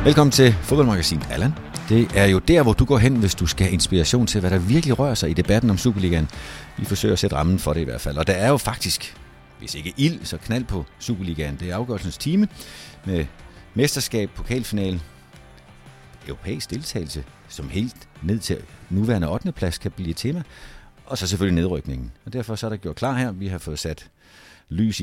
Velkommen til Fodboldmagasinet, Allan. Det er jo der, hvor du går hen, hvis du skal have inspiration til, hvad der virkelig rører sig i debatten om Superligaen. Vi forsøger at sætte rammen for det i hvert fald. Og der er jo faktisk, hvis ikke ild, så knald på Superligaen. Det er afgørelsens time med mesterskab, pokalfinale, europæisk deltagelse, som helt ned til nuværende 8. plads kan blive et tema. Og så selvfølgelig nedrykningen. Og derfor så er der gjort klar her. Vi har fået sat lys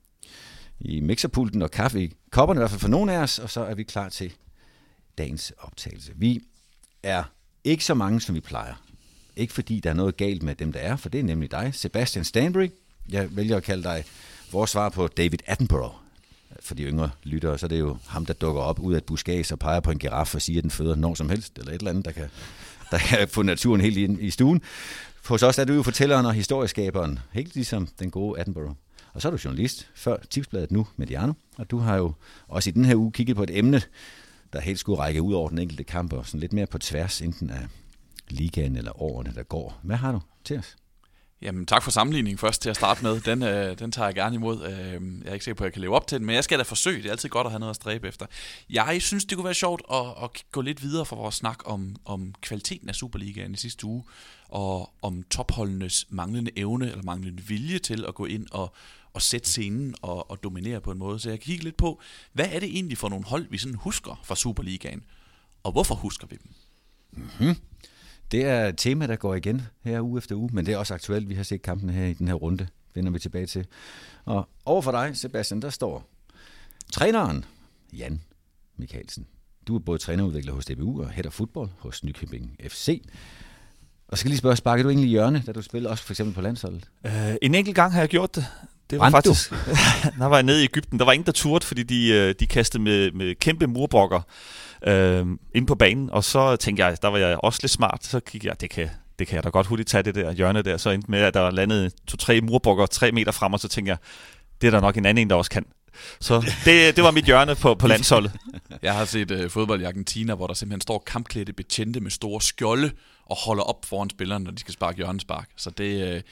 i mixerpulten og kaffe i kopperne, i hvert fald for nogle af os, og så er vi klar til dagens optagelse. Vi er ikke så mange, som vi plejer. Ikke fordi der er noget galt med dem, der er, for det er nemlig dig, Sebastian Stanbury. Jeg vælger at kalde dig vores svar på David Attenborough. For de yngre lyttere, så er det jo ham, der dukker op ud af et buskads og peger på en giraf og siger, at den føder når som helst, eller et eller andet, der kan få naturen helt ind i stuen. Hos os er du jo fortælleren og historieskaberen, helt ligesom den gode Attenborough. Og så er du journalist før Tipsbladet nu, Mediano, og du har jo også i den her uge kigget på et emne, der helt skulle række ud over den enkelte kamp, og sådan lidt mere på tværs, enten af ligaen eller årene, der går. Hvad har du til os? Jamen, tak for sammenligningen først til at starte med. Den tager jeg gerne imod. Jeg er ikke sikker på, at jeg kan leve op til den, men jeg skal da forsøge. Det er altid godt at have noget at stræbe efter. Jeg synes, det kunne være sjovt at gå lidt videre for vores snak om kvaliteten af Superligaen i sidste uge, og om topholdenes manglende evne eller manglende vilje til at gå ind og sætte scenen og dominere på en måde. Så jeg kan kigge lidt på, hvad er det egentlig for nogle hold, vi sådan husker fra Superligaen, og hvorfor husker vi dem? Mm-hmm. Det er et tema, der går igen her uge efter uge, men det er også aktuelt. Vi har set kampene her i den her runde, vender vi tilbage til. Og over for dig, Sebastian, der står træneren Jan Michaelsen. Du er både trænerudvikler hos DBU og head of football hos Nykøbing FC. Og så skal jeg lige spørge, sparkede du egentlig i hjørne, da du spillede også for eksempel på landsholdet? En enkelt gang har jeg gjort det. Det var faktisk, der var jeg nede i Egypten. Der var ingen, der turde, fordi de kastede med kæmpe murbrokker ind på banen. Og så tænkte jeg, der var jeg også lidt smart. Så kiggede jeg, det kan jeg da godt hurtigt tage det der hjørne der. Så endte med, at der landede 2-3 murbrokker 3 meter frem, og så tænkte jeg, det er der nok en anden, der også kan. Så det var mit hjørne på landsholdet. Jeg har set fodbold i Argentina, hvor der simpelthen står kampklædte betjente med store skjolde og holder op foran spillerne, når de skal sparke hjørnespark. Så det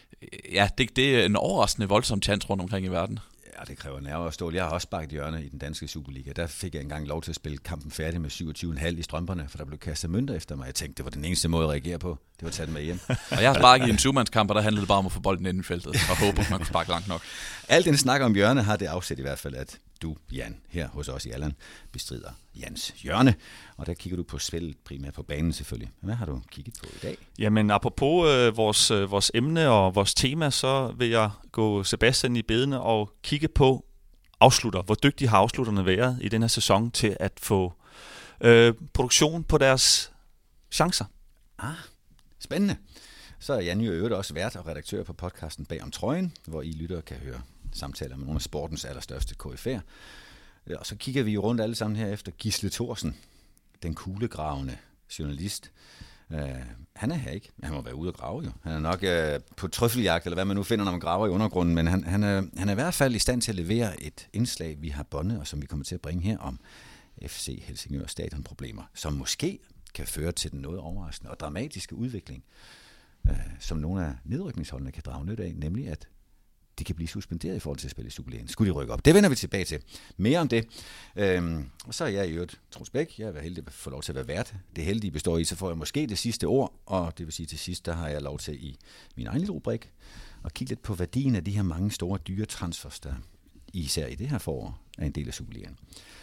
er en overraskende voldsom chance rundt omkring i verden. Ja, det kræver nerve og stål. Jeg har også sparket hjørne i den danske Superliga. Der fik jeg engang lov til at spille kampen færdig med 27,5 i strømperne, for der blev kastet mønter efter mig. Jeg tænkte, det var den eneste måde at reagere på. Det var at tage den med hjem. Og jeg har sparket i en 7-mandskamp, og der handlede det bare om at få bolden ind i feltet og håbe, at man kunne sparke langt nok. Alt den snak om hjørne har det afsæt i hvert fald, at du, Jan, her hos os i Allan, bestrider Jans hjørne. Og der kigger du på spillet, primært på banen selvfølgelig. Hvad har du kigget på i dag? Jamen, apropos vores emne og vores tema, så vil jeg gå Sebastian i bedene og kigge på afslutter. Hvor dygtige har afslutterne været i den her sæson til at få produktion på deres chancer? Spændende. Så er Jan jo i øvrigt også vært og redaktør på podcasten Bag om Trøjen, hvor I lyttere kan høre samtaler med nogle af sportens allerstørste KF'er. Og så kigger vi rundt alle sammen her efter Gisle Thorsen, den kuglegravende journalist. Han er her ikke. Han må være ude at grave jo. Han er nok på trøffeljagt, eller hvad man nu finder, når man graver i undergrunden, men han er i hvert fald i stand til at levere et indslag, vi har bondet, og som vi kommer til at bringe her om FC Helsingør stadionproblemer, som måske kan føre til den noget overraskende og dramatiske udvikling, som nogle af nedrykningsholdene kan drage nyt af, nemlig at de kan blive suspenderet i forhold til at spille i Superligaen. Skulle de rykke op? Det vender vi tilbage til. Mere om det. Og så er jeg i øvrigt Troels Bæk. Jeg er heldig at få lov til at være vært. Det heldige består i, så får jeg måske det sidste ord, og det vil sige til sidst, der har jeg lov til i min egen lille rubrik at kigge lidt på værdien af de her mange store dyre transfers, der især i det her forår er en del af Superligaen.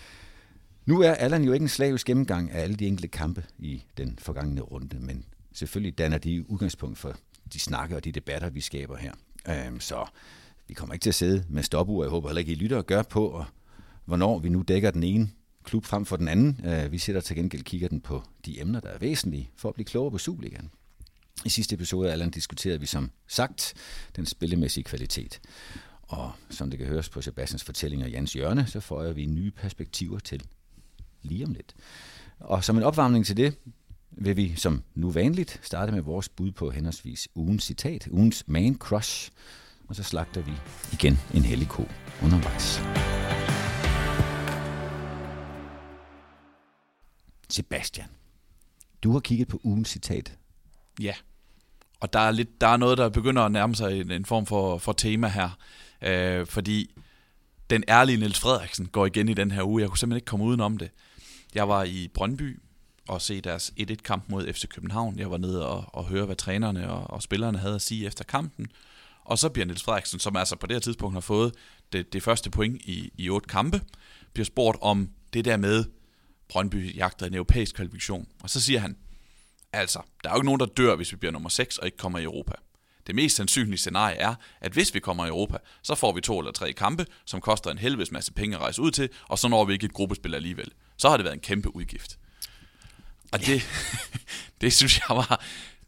Nu er Allan jo ikke en slavisk gennemgang af alle de enkelte kampe i den forgangne runde, men selvfølgelig danner de udgangspunkt for de snakker og de debatter, vi skaber her. Så vi kommer ikke til at sidde med stopur, jeg håber heller ikke, I lytter og gør på, og hvornår vi nu dækker den ene klub frem for den anden. Vi sætter til gengæld kigger den på de emner, der er væsentlige for at blive klogere på Superligaen. I sidste episode af Allan diskuterede vi som sagt den spillemæssige kvalitet. Og som det kan høres på Sebastians fortælling og Jans hjørne, så får vi nye perspektiver til lige om lidt. Og som en opvarmning til det, vil vi som nu vanligt starte med vores bud på henholdsvis ugens citat, ugens man crush, og så slagter vi igen en hellig ko undervejs. Sebastian, du har kigget på ugens citat. Ja, og der er noget, der begynder at nærme sig en form for tema her, fordi den ærlige Niels Frederiksen går igen i den her uge. Jeg kunne simpelthen ikke komme udenom det. Jeg var i Brøndby og se deres 1-1-kamp mod FC København. Jeg var nede og høre, hvad trænerne og spillerne havde at sige efter kampen. Og så bliver Niels Frederiksen, som altså på det her tidspunkt har fået det første point i 8 kampe, bliver spurgt om det der med Brøndby jagter en europæisk kvalifikation. Og så siger han, altså, der er jo ikke nogen, der dør, hvis vi bliver nummer 6 og ikke kommer i Europa. Det mest sandsynlige scenarie er, at hvis vi kommer i Europa, så får vi 2 eller 3 kampe, som koster en helvedes masse penge at rejse ud til, og så når vi ikke et gruppespil alligevel. Så har det været en kæmpe udgift. Og det synes jeg var...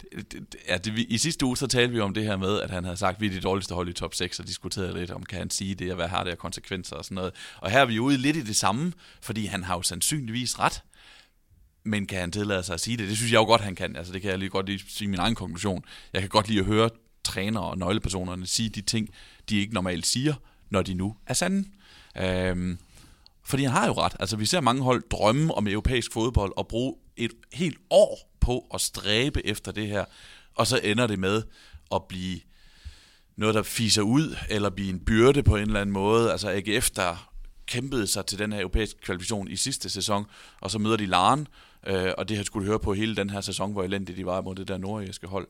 I sidste uge så talte vi om det her med, at han havde sagt, at vi er de dårligste hold i top 6, og diskuterede lidt om, kan han sige det, og hvad har det af konsekvenser og sådan noget. Og her er vi ude lidt i det samme, fordi han har jo sandsynligvis ret. Men kan han tillade sig at sige det? Det synes jeg jo godt, han kan. Altså, det kan jeg lige godt lige sige min egen konklusion. Jeg kan godt lide at høre trænere og nøglepersonerne sige de ting, de ikke normalt siger, når de nu er sande. Fordi han har jo ret. Altså, vi ser mange hold drømme om europæisk fodbold og bruge et helt år på at stræbe efter det her, og så ender det med at blive noget, der fiser ud, eller blive en byrde på en eller anden måde. Altså AGF, der kæmpede sig til den her europæiske kvalifikation i sidste sæson, og så møder de Laren, og det har skulle høre på hele den her sæson, hvor elendigt de var mod det der nordjyske hold.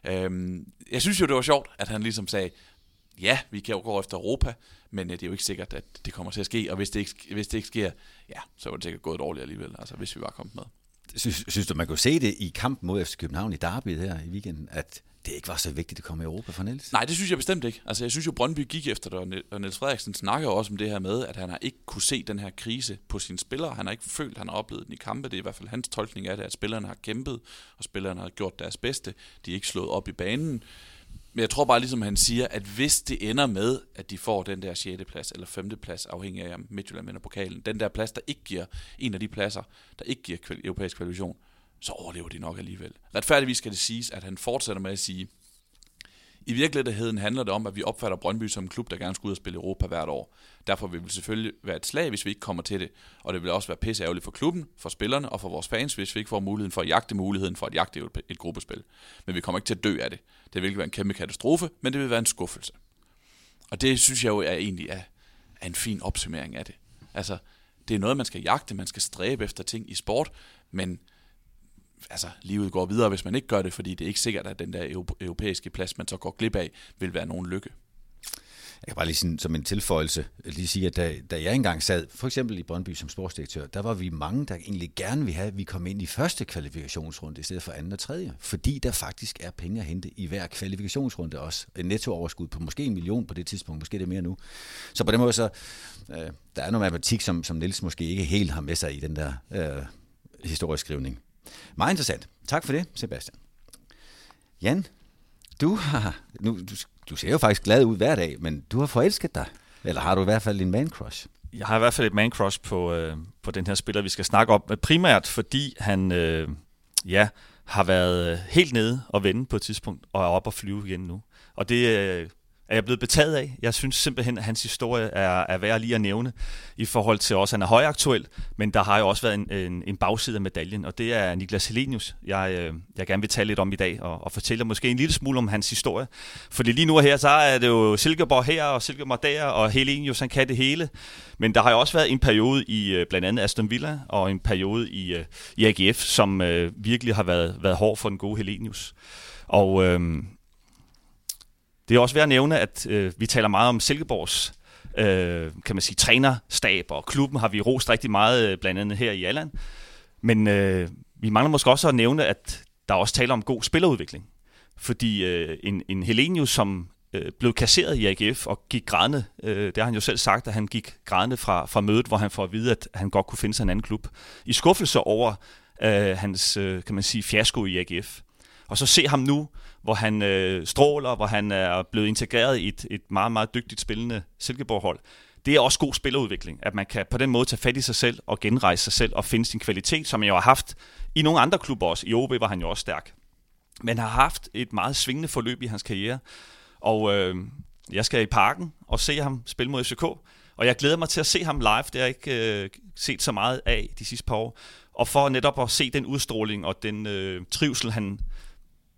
Jeg synes jo, det var sjovt, at han ligesom sagde, ja, vi kan jo gå efter Europa, men det er jo ikke sikkert, at det kommer til at ske, og hvis det ikke sker, ja, så var det sikkert gået dårligt alligevel, altså hvis vi var kommet med. Synes du, man kunne se det i kampen mod FC København i Derby her i weekenden, at det ikke var så vigtigt at komme i Europa for Niels? Nej, det synes jeg bestemt ikke. Altså, jeg synes jo, Brøndby gik efter det, og Niels Frederiksen snakker jo også om det her med, at han har ikke kunne se den her krise på sine spillere. Han har ikke følt, at han har oplevet den i kampe. Det er i hvert fald hans tolkning af det, at spillerne har kæmpet, og spillerne har gjort deres bedste. De er ikke slået op i banen. Men jeg tror bare, ligesom han siger, at hvis det ender med, at de får den der 6. plads eller 5. plads, afhængig af om Midtjylland vinder pokalen, den der plads, der ikke giver en af de pladser, der ikke giver europæisk kvalifikation, så overlever de nok alligevel. Retfærdigvis skal det siges, at han fortsætter med at sige, i virkeligheden handler det om, at vi opfatter Brøndby som en klub, der gerne skal ud og spille Europa hvert år. Derfor vil det selvfølgelig være et slag, hvis vi ikke kommer til det. Og det vil også være pisseærgerligt for klubben, for spillerne og for vores fans, hvis vi ikke får muligheden for at jagte et gruppespil. Men vi kommer ikke til at dø af det. Det vil ikke være en kæmpe katastrofe, men det vil være en skuffelse. Og det synes jeg jo er egentlig er en fin opsummering af det. Altså, det er noget, man skal jagte, man skal stræbe efter ting i sport, men altså, livet går videre, hvis man ikke gør det, fordi det er ikke sikkert, at den der europæiske plads, man så går glip af, vil være nogen lykke. Jeg kan bare lige sådan, som en tilføjelse lige sige, at da jeg engang sad, for eksempel i Brøndby som sportsdirektør, der var vi mange, der egentlig gerne ville have, at vi kom ind i første kvalifikationsrunde i stedet for anden og tredje, fordi der faktisk er penge at hente i hver kvalifikationsrunde også. En nettooverskud på måske 1 million på det tidspunkt, måske det mere nu. Så på den måde så, der er noget matematik, som Niels måske ikke helt har med sig i den der historieskrivning. Meget interessant. Tak for det, Sebastian. Jan, du ser jo faktisk glad ud hver dag, men du har forelsket dig. Eller har du i hvert fald en man-crush? Jeg har i hvert fald et man-crush på den her spiller, vi skal snakke om. Primært fordi han har været helt nede og vende på et tidspunkt, og er oppe og flyve igen nu. Og det er jeg blevet betaget af. Jeg synes simpelthen, at hans historie er værd lige at nævne i forhold til også, han er højaktuel, men der har jo også været en bagside af medaljen, og det er Niklas Helenius, jeg gerne vil tale lidt om i dag, og fortælle måske en lille smule om hans historie. Fordi lige nu her, så er det jo Silkeborg her, og Silkeborg der, og Helenius, han kan det hele. Men der har jo også været en periode i blandt andet Aston Villa, og en periode i AGF, som virkelig har været hård for den gode Helenius. Og det er også værd at nævne, at vi taler meget om Silkeborgs kan man sige, trænerstab, og klubben har vi rost rigtig meget, blandt andet her i Alland. Men vi mangler måske også at nævne, at der også taler om god spillerudvikling. Fordi en Helenius, som blev kasseret i AGF og gik grædende, det har han jo selv sagt, at han gik grædende fra mødet, hvor han får at vide, at han godt kunne finde sig en anden klub. I skuffelse over hans, kan man sige, fiasko i AGF. Og så se ham nu, hvor han stråler, hvor han er blevet integreret i et meget, meget dygtigt spillende Silkeborg-hold. Det er også god spillerudvikling, at man kan på den måde tage fat i sig selv og genrejse sig selv og finde sin kvalitet, som man jo har haft i nogle andre klubber også. I OB var han jo også stærk. Men har haft et meget svingende forløb i hans karriere. Og jeg skal i Parken og se ham spille mod FCK. Og jeg glæder mig til at se ham live. Det har jeg ikke set så meget af de sidste par år. Og for netop at se den udstråling og den trivsel, han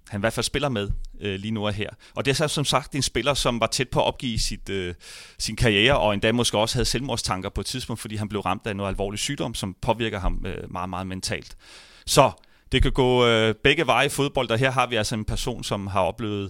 han i hvert fald spiller med lige nu og her. Og det er så som sagt en spiller, som var tæt på at opgive sin karriere, og endda måske også havde selvmordstanker på et tidspunkt, fordi han blev ramt af noget alvorlig sygdom, som påvirker ham meget, meget mentalt. Så det kan gå begge veje i fodbold, og her har vi altså en person, som har oplevet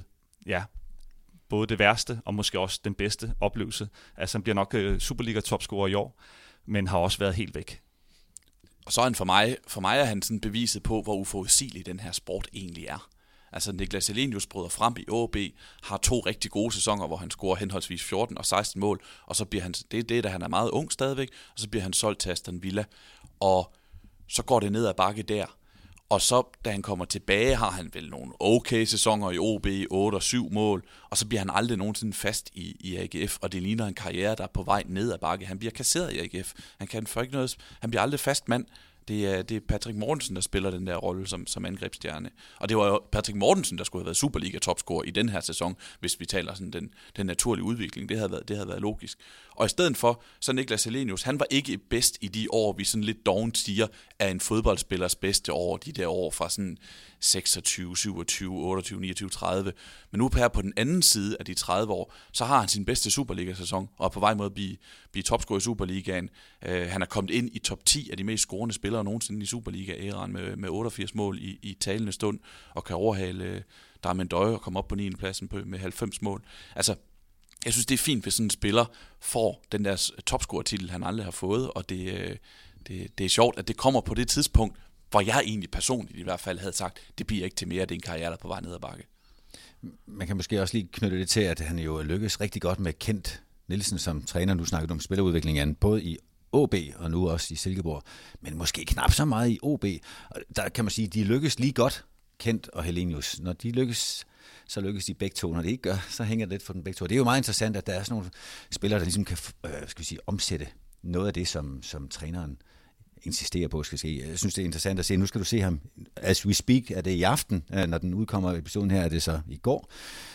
både det værste og måske også den bedste oplevelse. Altså han bliver nok Superliga-topscorer i år, men har også været helt væk. Og så er han for mig er han sådan beviset på, hvor uforudsigelig den her sport egentlig er. Altså Niklas Elenius bryder frem i AaB, har 2 rigtig gode sæsoner, hvor han scorer henholdsvis 14 og 16 mål, og så bliver han, da han er meget ung stadigvæk, og så bliver han solgt til Aston Villa, og så går det ned ad bakke der. Og så, da han kommer tilbage, har han vel nogle okay sæsoner i OB, 8 og 7 mål, og så bliver han aldrig nogensinde fast i AGF, og det ligner en karriere, der er på vej ned ad bakke. Han bliver kasseret i AGF. Han bliver aldrig fast mand. Det er Patrick Mortensen, der spiller den der rolle som angrebsstjerne. Og det var jo Patrick Mortensen, der skulle have været Superliga-topscorer i den her sæson, hvis vi taler sådan den naturlige udvikling. Det havde været logisk. Og i stedet for, så Niklas Elenius, han var ikke bedst i de år, vi sådan lidt dovent siger, er en fodboldspillers bedste år, de der år fra sådan 26, 27, 28, 29, 30. Men nu her på den anden side af de 30 år, så har han sin bedste Superliga-sæson, og er på vej mod at blive topscorer i Superligaen. Han er kommet ind i top 10 af de mest scorende spillere nogensinde i Superliga-æraen med 88 mål i talende stund, og kan overhale Darmen Døje og komme op på 9. pladsen med 90 mål. Altså, jeg synes, det er fint, hvis sådan en spiller får den der topscorer-titel, han aldrig har fået, og det er sjovt, at det kommer på det tidspunkt, hvor jeg egentlig personligt i hvert fald havde sagt, det bliver ikke til mere, det er en karriere, der er på vej ned ad bakke. Man kan måske også lige knytte det til, at han jo lykkes rigtig godt med Kent Nielsen som træner. Nu snakkede du om spillerudviklingen, både i AaB og nu også i Silkeborg, men måske knap så meget i AaB. Der kan man sige, at de lykkes lige godt, Kent og Helenius. Når de lykkes, så lykkes de begge to. Når det ikke gør, så hænger det lidt for den begge to. Det er jo meget interessant, at der er sådan nogle spillere, der ligesom kan omsætte noget af det, som træneren insisterer på skal ske. Jeg synes, det er interessant at se. Nu skal du se ham, as we speak, er det i aften, når den udkommer episoden her, er det så i går.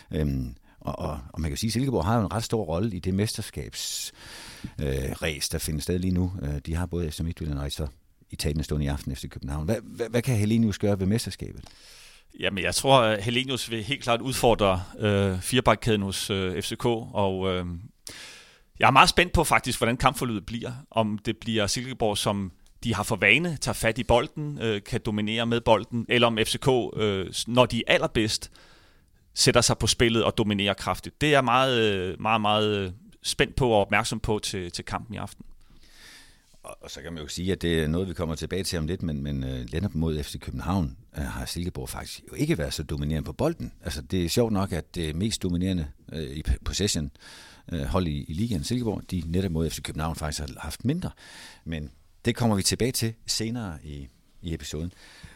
Og man kan sige, at Silkeborg har jo en ret stor rolle i det mesterskabsræs, der finder sted lige nu. De har både FC Midtjylland og så i talende stund i aften efter København. Hvad kan Helenius gøre ved mesterskabet? Jamen, jeg tror, at Helenius vil helt klart udfordre firebakkæden hos FCK, og jeg er meget spændt på faktisk, hvordan kampforløbet bliver. Om det bliver Silkeborg, som de har for vane, tager fat i bolden, kan dominere med bolden, eller om FCK, når de er allerbedst, sætter sig på spillet og dominerer kraftigt. Det er jeg meget spændt på og opmærksom på til kampen i aften. Og så kan man jo sige, at det er noget, vi kommer tilbage til om lidt, men Lennart mod FC København har Silkeborg faktisk jo ikke været så dominerende på bolden. Altså, det er sjovt nok, at det mest dominerende i possession hold i ligaen Silkeborg, de netop mod FC København faktisk har haft mindre. Men det kommer vi tilbage til senere i episoden.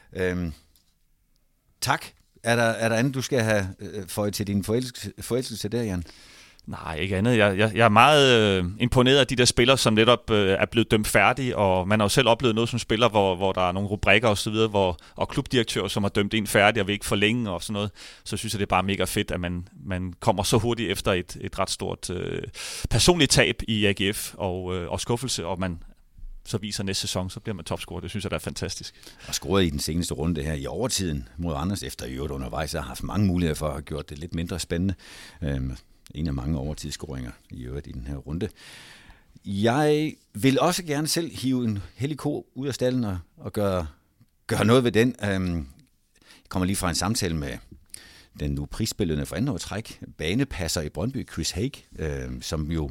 Tak. Er der andet, du skal have føjet til din forelskelse der, Jan? Nej, ikke andet. Jeg er meget imponeret af de der spillere, som netop er blevet dømt færdige, og man har jo selv oplevet noget som spiller, hvor der er nogle rubrikker og så videre, og klubdirektører, som har dømt en færdig og vil ikke forlænge og sådan noget. Så synes jeg, det er bare mega fedt, at man kommer så hurtigt efter et ret stort personligt tab i AGF og skuffelse, og man så viser næste sæson, så bliver man topscorer. Det synes jeg, der er fantastisk. Og scoret i den seneste runde her i overtiden mod Randers, efter i øvrigt undervejs, har haft mange muligheder for at have gjort det lidt mindre spændende. En af mange overtidsscoringer i øvrigt i den her runde. Jeg vil også gerne selv hive en hellig ko ud af stallen og gøre noget ved den. Jeg kommer lige fra en samtale med den nu prisbelønnede for andet år træk, banepasser i Brøndby, Chris Haig, som jo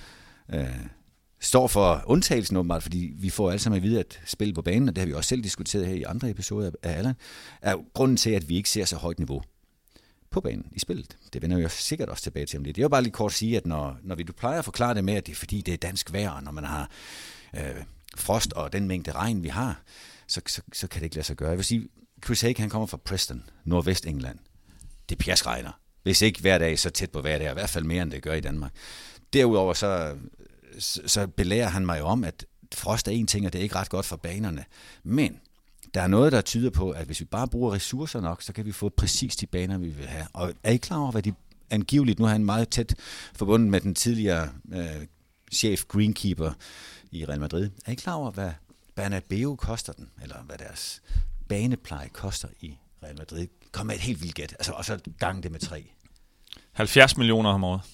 står for undtagelsen åbenbart, fordi vi får alle sammen at vide, at spil på banen, og det har vi også selv diskuteret her i andre episoder af Allan, er grunden til, at vi ikke ser så højt niveau på banen i spillet. Det vender vi jo sikkert også tilbage til om lidt. Det er jo bare lige kort at sige, at når vi plejer at forklare det med, at det er fordi, det er dansk vejr, og når man har frost og den mængde regn, vi har, så kan det ikke lade sig gøre. Jeg vil sige, Chris Haig, han kommer fra Preston, Nordvest-England. Det pjasregner. Hvis ikke hver dag, så tæt på hver dag, i hvert fald mere, end det gør i Danmark. Derudover så belærer han mig om, at frost er en ting, og det er ikke ret godt for banerne. Men der er noget, der tyder på, at hvis vi bare bruger ressourcer nok, så kan vi få præcis de baner, vi vil have. Og er I klar over, hvad de angiveligt, nu er han meget tæt forbundet med den tidligere chef greenkeeper i Real Madrid. Er I klar over, hvad Bernabeu koster den, eller hvad deres banepleje koster i Real Madrid. Kom med et helt vildt gæt, altså, og så gang det med 3. 70 millioner om året.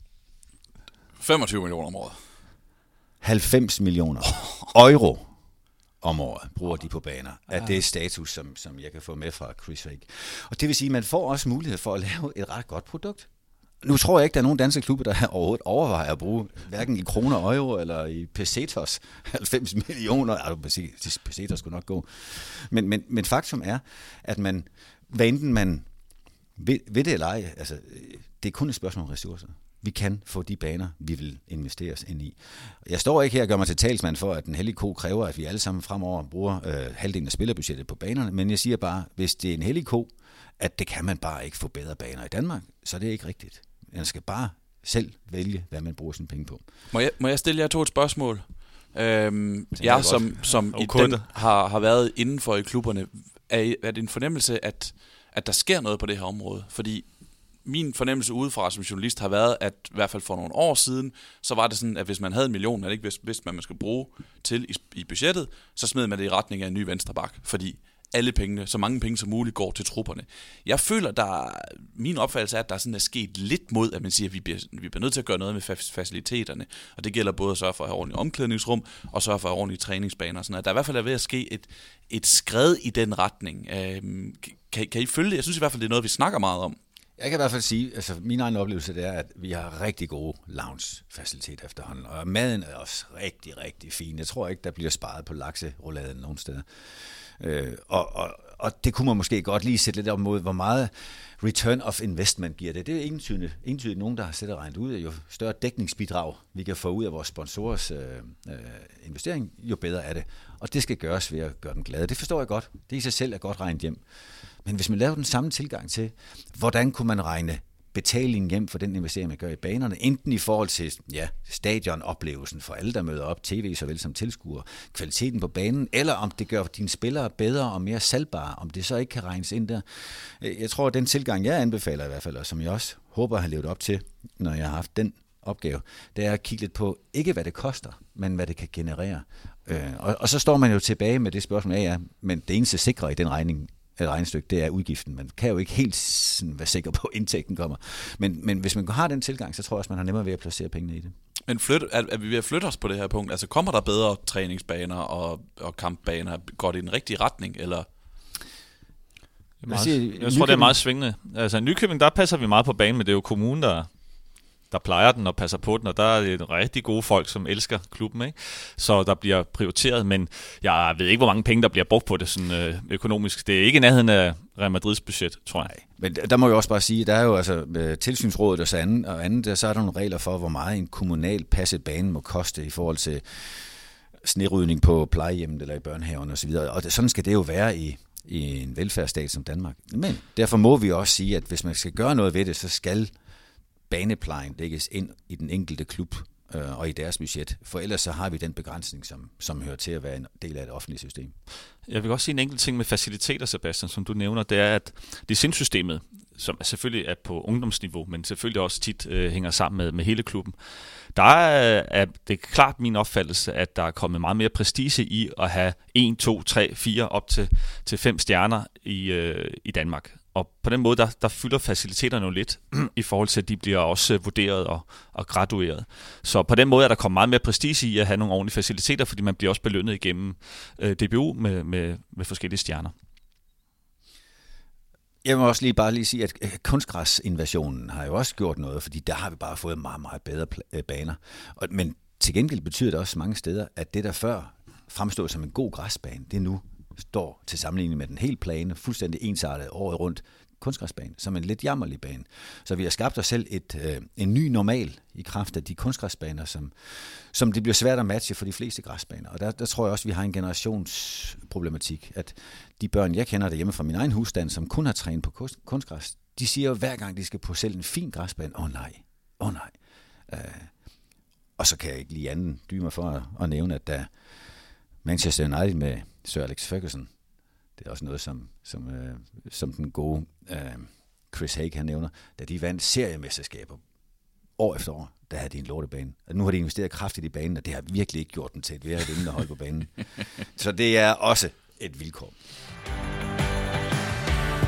25 millioner om året. 90 millioner euro om året bruger de på baner. At det er status, som jeg kan få med fra Chris Hake. Og det vil sige, at man får også mulighed for at lave et ret godt produkt. Nu tror jeg ikke, der er nogen danske klubber, der overhovedet overvejer at bruge hverken i kroner og euro eller i pesetos 90 millioner. Altså, pesetos skulle nok gå. Men faktum er, at man, hvad enten man ved det eller ej, altså, det er kun et spørgsmål om ressourcer. Vi kan få de baner, vi vil investeres ind i. Jeg står ikke her og gør mig til talsmand for, at den hellige ko kræver, at vi alle sammen fremover bruger halvdelen af spillerbudgettet på banerne, men jeg siger bare, hvis det er en hellig ko, at det kan man bare ikke få bedre baner i Danmark, så det er ikke rigtigt. Man skal bare selv vælge, hvad man bruger sine penge på. Må jeg stille jer to et spørgsmål? Jeg som i den har været indenfor i klubberne, er det en fornemmelse, at der sker noget på det her område? Fordi min fornemmelse udefra som journalist har været, at i hvert fald for nogle år siden, så var det sådan, at hvis man havde 1 million, man ikke vidste, hvad man skulle bruge til i budgettet, så smed man det i retning af en ny venstreback, fordi alle pengene, så mange penge som muligt, går til trupperne. Jeg føler, min opfattelse er, at der sådan er sket lidt mod, at man siger, at vi bliver nødt til at gøre noget med faciliteterne, og det gælder både at sørge for at have ordentligt omklædningsrum, og sørge for at have ordentlige træningsbaner, sådan at der i hvert fald er ved at ske et skred i den retning. Kan I følge det? Jeg synes i hvert fald, det er noget, vi snakker meget om. Jeg kan i hvert fald sige, altså min egen oplevelse det er, at vi har rigtig gode lounge-faciliteter efterhånden, og maden er også rigtig, rigtig fin. Jeg tror ikke, der bliver sparet på lakserouladen nogen steder. Og det kunne man måske godt lige sætte lidt op mod, hvor meget return of investment giver det. Det er entydigt nogen, der har sættet regnet ud, at jo større dækningsbidrag vi kan få ud af vores sponsorers investering, jo bedre er det. Og det skal gøres ved at gøre dem glade. Det forstår jeg godt. Det i sig selv er godt regnet hjem. Men hvis man laver den samme tilgang til, hvordan kunne man regne betalingen hjem for den investering, man gør i banerne, enten i forhold til stadionoplevelsen for alle, der møder op, tv såvel som tilskuere, kvaliteten på banen, eller om det gør dine spillere bedre og mere salgbare, om det så ikke kan regnes ind der. Jeg tror, at den tilgang, jeg anbefaler i hvert fald, og som jeg også håber at have levet op til, når jeg har haft den opgave, det er at kigge lidt på, ikke hvad det koster, men hvad det kan generere. Og så står man jo tilbage med det spørgsmål, men det eneste sikre i den regnestykke, det er udgiften. Man kan jo ikke helt sådan være sikker på, at indtægten kommer. Men hvis man har den tilgang, så tror jeg også, man har nemmere ved at placere pengene i det. Men er vi ved at flytte os på det her punkt? Altså kommer der bedre træningsbaner og kampbaner? Går det i den rigtige retning, eller? Jeg tror, det er meget svingende. Altså i Nykøbing, der passer vi meget på banen, men det er jo kommunen, der plejer den og passer på den, og der er det rigtig gode folk, som elsker klubben, ikke? Så der bliver prioriteret, men jeg ved ikke, hvor mange penge, der bliver brugt på det sådan, økonomisk. Det er ikke i nærheden af Real Madrids budget, tror jeg. Men der må jeg også bare sige, der er jo altså tilsynsrådet og andet, så er der nogle regler for, hvor meget en kommunal passet bane må koste i forhold til snerydning på plejehjemmet eller i børnehaven osv. Og sådan skal det jo være i en velfærdsstat som Danmark. Men derfor må vi også sige, at hvis man skal gøre noget ved det, så skal baneplejen lægges ind i den enkelte klub og i deres budget, for ellers så har vi den begrænsning, som hører til at være en del af et offentligt system. Jeg vil også sige en enkelt ting med faciliteter, Sebastian, som du nævner, det er, at licenssystemet, som selvfølgelig er på ungdomsniveau, men selvfølgelig også tit hænger sammen med hele klubben, der er det klart min opfattelse, at der er kommet meget mere prestige i at have 1, 2, 3, 4 op til 5 stjerner i Danmark. Og på den måde, der fylder faciliteterne jo lidt i forhold til, at de bliver også vurderet og gradueret. Så på den måde er der kommet meget mere prestige i at have nogle ordentlige faciliteter, fordi man bliver også belønnet igennem DBU med forskellige stjerner. Jeg må også bare lige sige, at kunstgræsinvasionen har jo også gjort noget, fordi der har vi bare fået meget, meget bedre baner. Men til gengæld betyder det også mange steder, at det, der før fremstod som en god græsbane, det nu står til sammenligning med den helt plane, fuldstændig ensartet året rundt kunstgræsbane, som en lidt jammerlig bane. Så vi har skabt os selv en ny normal i kraft af de kunstgræsbaner, som det bliver svært at matche for de fleste græsbaner. Og der tror jeg også, at vi har en generationsproblematik, at de børn, jeg kender derhjemme fra min egen husstand, som kun har trænet på kunstgræs, de siger jo hver gang, de skal på selv en fin græsbane, åh nej. Og så kan jeg ikke lige anden dybe mig for at nævne, at da Manchester United med Sir Alex Ferguson, det er også noget, som den gode Chris Hake, han nævner, da de vandt seriemesterskaber år efter år, der havde de en lortebane. Og nu har de investeret kraftigt i banen, og det har virkelig ikke gjort den til et værre indhold på banen. Så det er også et vilkår.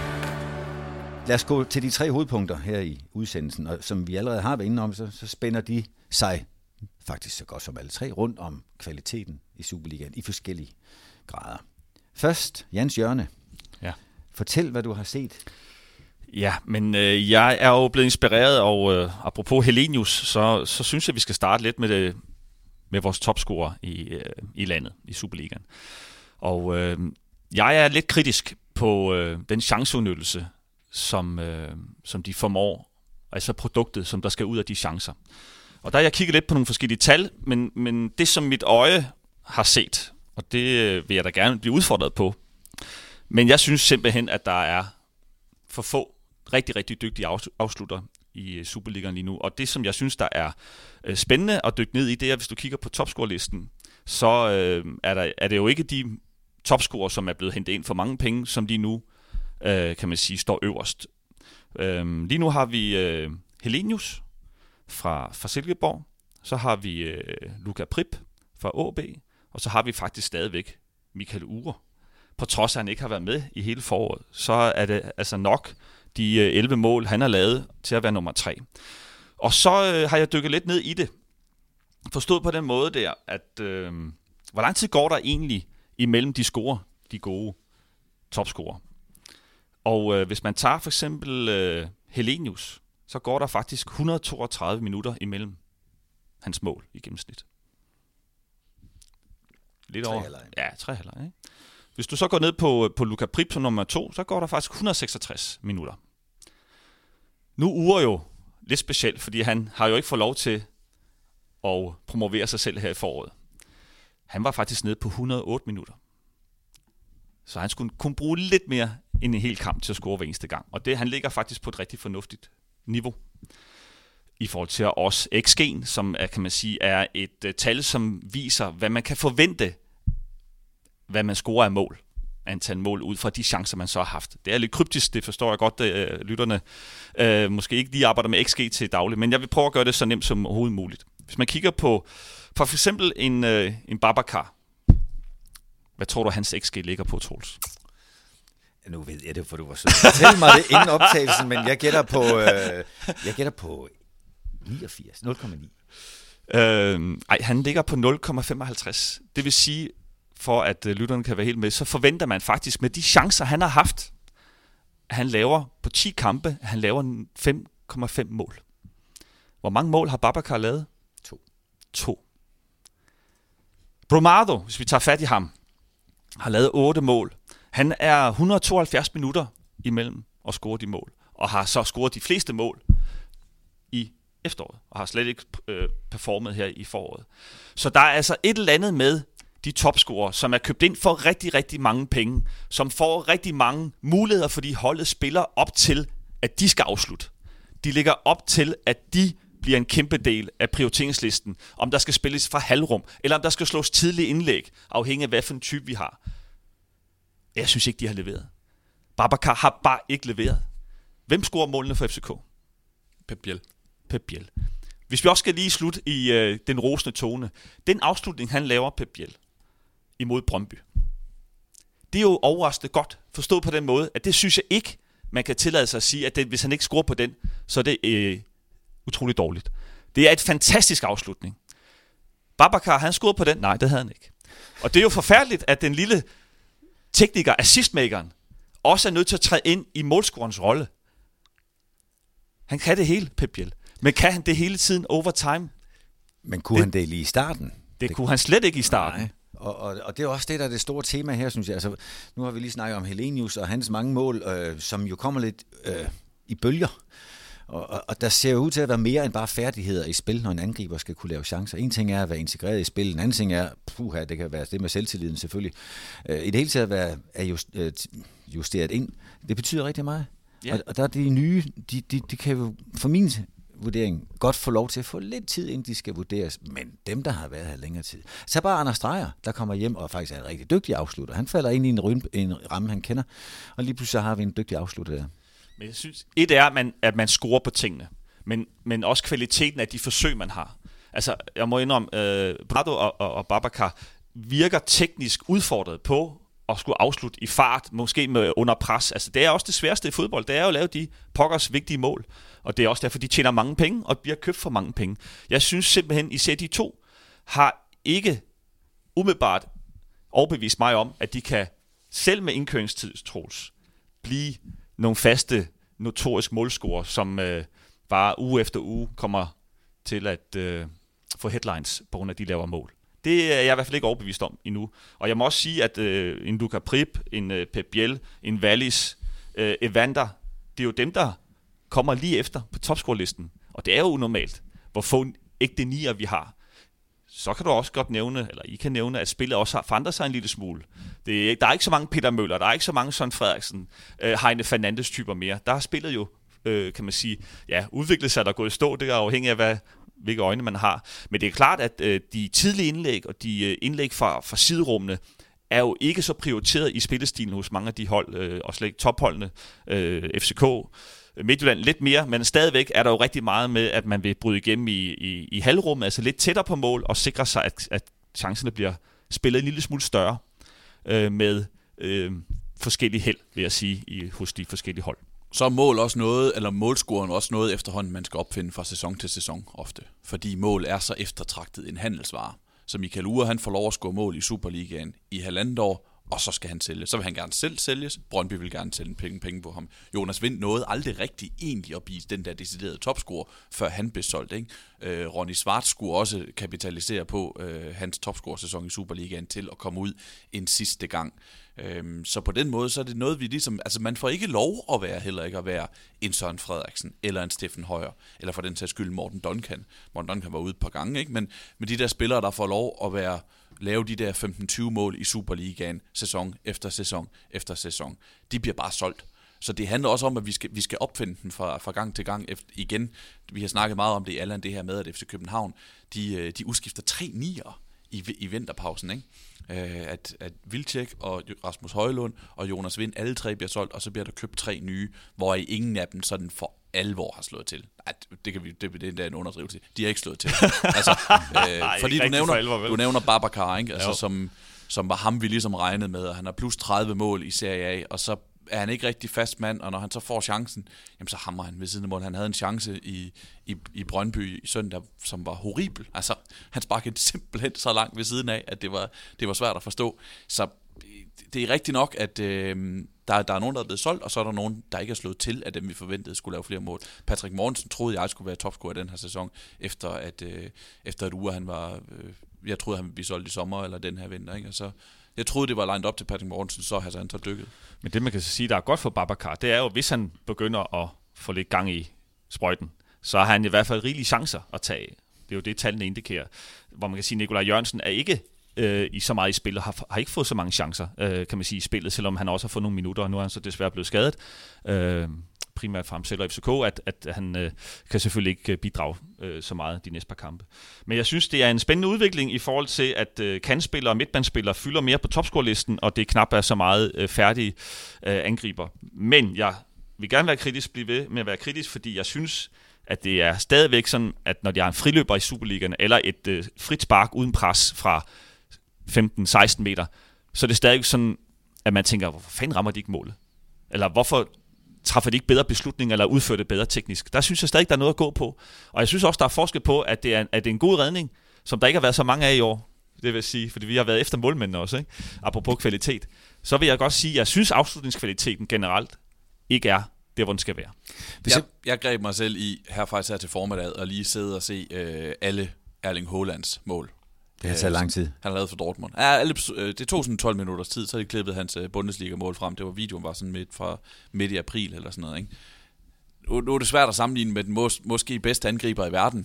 lad os gå til de 3 hovedpunkter her i udsendelsen, og som vi allerede har været inde om, så spænder de sig faktisk så godt som alle 3 rundt om kvaliteten i Superligaen i forskellige grader. Først, Jans Jørne. Ja. Fortæl, hvad du har set. Ja, men jeg er jo blevet inspireret, og apropos Helenius, så synes jeg, vi skal starte lidt med vores topscorer i landet, i Superligaen. Og jeg er lidt kritisk på den chanceudnyttelse, som de formår, altså produktet, som der skal ud af de chancer. Og der har jeg kigget lidt på nogle forskellige tal, men det, som mit øje har set, og det vil jeg da gerne blive udfordret på, men jeg synes simpelthen, at der er for få rigtig, rigtig dygtige afslutter i Superligaen lige nu. Og det, som jeg synes, der er spændende at dykke ned i, det er, hvis du kigger på topscorelisten, så er det jo ikke de topscorer, som er blevet hentet ind for mange penge, som lige nu, kan man sige, står øverst. Lige nu har vi Helenius fra Silkeborg, så har vi Luka Prip fra AB, og så har vi faktisk stadigvæk Michael Uhre. På trods af, at han ikke har været med i hele foråret, så er det altså nok de 11 mål, han har lavet, til at være nummer 3. Og så har jeg dykket lidt ned i det. Forstået på den måde der, at hvor lang tid går der egentlig imellem de gode topscorer? Og hvis man tager for eksempel Helenius, så går der faktisk 132 minutter imellem hans mål i gennemsnit. Lidt over. 3 halvleg, ikke? Hvis du så går ned på Luka Prip som nummer 2, så går der faktisk 166 minutter. Nu Uhre jo lidt specielt, fordi han har jo ikke fået lov til at promovere sig selv her i foråret. Han var faktisk nede på 108 minutter. Så han skulle kunne bruge lidt mere end en hel kamp til at score hver eneste gang. Og han ligger faktisk på et rigtig fornuftigt niveau. I forhold til også XG'en, som kan man sige, er et tal, som viser, hvad man kan forvente, hvad man scorer af mål. Antal mål ud fra de chancer, man så har haft. Det er lidt kryptisk, det forstår jeg godt, lytterne måske ikke lige arbejder med XG til daglig, men jeg vil prøve at gøre det så nemt som overhovedet muligt. Hvis man kigger på for eksempel en Babacar, hvad tror du, hans XG ligger på, Troels? Nu ved jeg det, for du var så fortæl mig det inden optagelsen, men jeg gætter på 89, 0,9. Han ligger på 0,55. Det vil sige, for at lytterne kan være helt med, så forventer man faktisk med de chancer, han har haft, at han laver på 10 kampe, han laver 5,5 mål. Hvor mange mål har Babacar lavet? 2. Brumado, hvis vi tager fat i ham, har lavet 8 mål. Han er 172 minutter imellem at score de mål, og har så scoret de fleste mål i efteråret, og har slet ikke performet her i foråret. Så der er altså et eller andet med de topscorer, som er købt ind for rigtig, rigtig mange penge, som får rigtig mange muligheder, fordi holdet spiller op til, at de skal afslutte. De ligger op til, at de bliver en kæmpe del af prioriteringslisten, om der skal spilles fra halvrum, eller om der skal slås tidlige indlæg, afhængig af hvad for en type vi har. Jeg synes ikke, de har leveret. Babacar har bare ikke leveret. Hvem scorer målene for FCK? Pep Biel. Hvis vi også skal lige slutte i den rosende tone. Den afslutning, han laver, Pep Biel, imod Brøndby. Det er jo overraskende godt forstået på den måde, at det synes jeg ikke, man kan tillade sig at sige, at hvis han ikke scorer på den, så er det utroligt dårligt. Det er et fantastisk afslutning. Babacar, han scorede på den? Nej, det havde han ikke. Og det er jo forfærdeligt, at den lille tekniker, assistmakeren, også er nødt til at træde ind i målscorerens rolle. Han kan det hele, Pep Biel. Men kan han det hele tiden over time? Men kunne han det lige i starten? Det kunne han slet ikke i starten. Nej. Og det er også det, der er det store tema her, synes jeg. Altså, nu har vi lige snakket om Helenius og hans mange mål, som jo kommer lidt i bølger. Og der ser jo ud til at være mere end bare færdigheder i spil, når en angriber skal kunne lave chancer. En ting er at være integreret i spil, en anden ting er, det kan være det med selvtilliden selvfølgelig. I det hele taget at justeret ind, det betyder rigtig meget. Ja. Og der er de nye, de kan jo for min vurdering godt få lov til at få lidt tid, inden de skal vurderes, men dem, der har været her længere tid. Så bare Anders Dreyer, der kommer hjem og faktisk er en rigtig dygtig afslutter. Han falder ind i en ramme, han kender, og lige pludselig har vi en dygtig afslutter der. Men jeg synes, et er, at man scorer på tingene, men også kvaliteten af de forsøg, man har. Altså, jeg må indrømme, Brado og Babacar virker teknisk udfordret på at skulle afslutte i fart, måske med under pres. Altså, det er også det sværeste i fodbold. Det er jo at lave de pokkers vigtige mål. Og det er også derfor, de tjener mange penge, og bliver købt for mange penge. Jeg synes simpelthen, især de to har ikke umiddelbart overbevist mig om, at de kan selv med indkøringstid, Troels, blive nogle faste, notorisk målscorer, som bare uge efter uge kommer til at få headlines på grund af, at de laver mål. Det er jeg i hvert fald ikke overbevist om endnu. Og jeg må også sige, at en Luka Prip, en Pep Biel, en Wallis, Evander, det er jo dem, der kommer lige efter på topscorelisten. Og det er jo unormalt, hvor få ægte nier vi har. Så kan du også godt nævne, eller I kan nævne, at spillet også har forandret sig en lille smule. Der er ikke så mange Peter Møller, der er ikke så mange Søren Frederiksen, Heine Fernandes-typer mere. Der har spillet jo, kan man sige, udviklet sig, der er gået i stå. Det er afhængigt af, hvilke øjne man har. Men det er klart, at de tidlige indlæg og de indlæg fra siderummene er jo ikke så prioriteret i spillestilen hos mange af de hold, og slet ikke topholdene, FCK, Midtjylland lidt mere, men stadigvæk er der jo rigtig meget med, at man vil bryde igennem i halvrummet, altså lidt tættere på mål, og sikre sig, at chancerne bliver spillet en lille smule større med forskellige held, vil jeg sige, hos de forskellige hold. Så er mål også noget, eller målscoren også noget efterhånden, man skal opfinde fra sæson til sæson ofte. Fordi mål er så eftertragtet en handelsvare. Så Michael Uhre, han får lov at score mål i Superligaen i 1,5 år, og så skal han sælge. Så vil han gerne selv sælges. Brøndby vil gerne sælge penge på ham. Jonas Wind nåede aldrig rigtig egentlig at blive den der deciderede topscorer, før han blev solgt. Ikke? Ronny Schwarz skulle også kapitalisere på hans topscorer-sæson i Superligaen til at komme ud en sidste gang. Så på den måde, så er det noget, vi ligesom... Altså, man får ikke lov at være, heller ikke at være en Søren Frederiksen, eller en Steffen Højer, eller for den sags skyld Morten Duncan. Morten Duncan var ude et par gange, ikke? Men de der spillere, der får lov at lave de der 15-20 mål i Superligaen, sæson efter sæson efter sæson, de bliver bare solgt. Så det handler også om, at vi skal opfinde den fra gang til gang igen. Vi har snakket meget om det i Allan, det her med, at FC København, de udskifter 3 nier i vinterpausen, ikke? At Wilczek og Rasmus Højlund og Jonas Wind, alle 3 bliver solgt, og så bliver der købt 3 nye, hvor ingen af dem sådan for alvor har slået til. Det er endda en underdrivelse. De har ikke slået til. Altså, fordi du nævner Babacar, ikke? Altså, som var ham, vi ligesom regnede med, og han har plus 30 mål i Serie A, og så er han ikke rigtig fast mand, og når han så får chancen, jamen så hammer han ved siden af mål. Han havde en chance i Brøndby i søndag, som var horribel. Altså, han sparkede simpelthen så langt ved siden af, at det var svært at forstå. Så det er rigtigt nok, at der er nogen, der er blevet solgt, og så er der nogen, der ikke er slået til, af dem vi forventede skulle lave flere mål. Patrick Mortensen troede jeg skulle være topscorer i den her sæson, efter at Uhre han var... jeg troede, han ville blive solgt i sommer, eller den her vinter, ikke? Og så... Jeg troede, det var lined op til Patrick Mortensen, så har han så dykket. Men det, man kan sige, der er godt for Babacar, det er jo, hvis han begynder at få lidt gang i sprøjten, så har han i hvert fald rigelige chancer at tage. Det er jo det, tallene indikerer. Hvor man kan sige, at Nikolaj Jørgensen er ikke i så meget i spillet, har ikke fået så mange chancer, kan man sige, i spillet, selvom han også har fået nogle minutter, og nu er han så desværre blevet skadet. Primært for ham selv og FCK, at han kan selvfølgelig ikke bidrage så meget de næste par kampe. Men jeg synes, det er en spændende udvikling i forhold til, at kantspillere og midtbanespillere fylder mere på topscorelisten, og det knap er så meget færdige angriber. Men jeg vil gerne være kritisk, blive ved med at være kritisk, fordi jeg synes, at det er stadigvæk sådan, at når de har en friløber i Superligaen, eller et frit spark uden pres fra 15-16 meter, så er det stadig sådan, at man tænker, hvorfor fanden rammer de ikke målet? Eller hvorfor træffer de ikke bedre beslutninger, eller udfører det bedre teknisk? Der synes jeg stadig, der er noget at gå på. Og jeg synes også, der er forskel på, at det er en god redning, som der ikke har været så mange af i år. Det vil sige, fordi vi har været efter målmændene også, ikke? Apropos kvalitet. Så vil jeg godt sige, at jeg synes, afslutningskvaliteten generelt ikke er det, hvor den skal være. Jeg greb mig selv i herfra til formiddag og lige sidde og se alle Erling Haalands mål. Det har taget lang tid. Han har lavet for Dortmund. Det tog sådan 12 minutters tid, så har de klippet hans Bundesliga-mål frem. Videoen var sådan midt i april eller sådan noget, ikke? Nu er det svært at sammenligne med den måske bedste angriber i verden.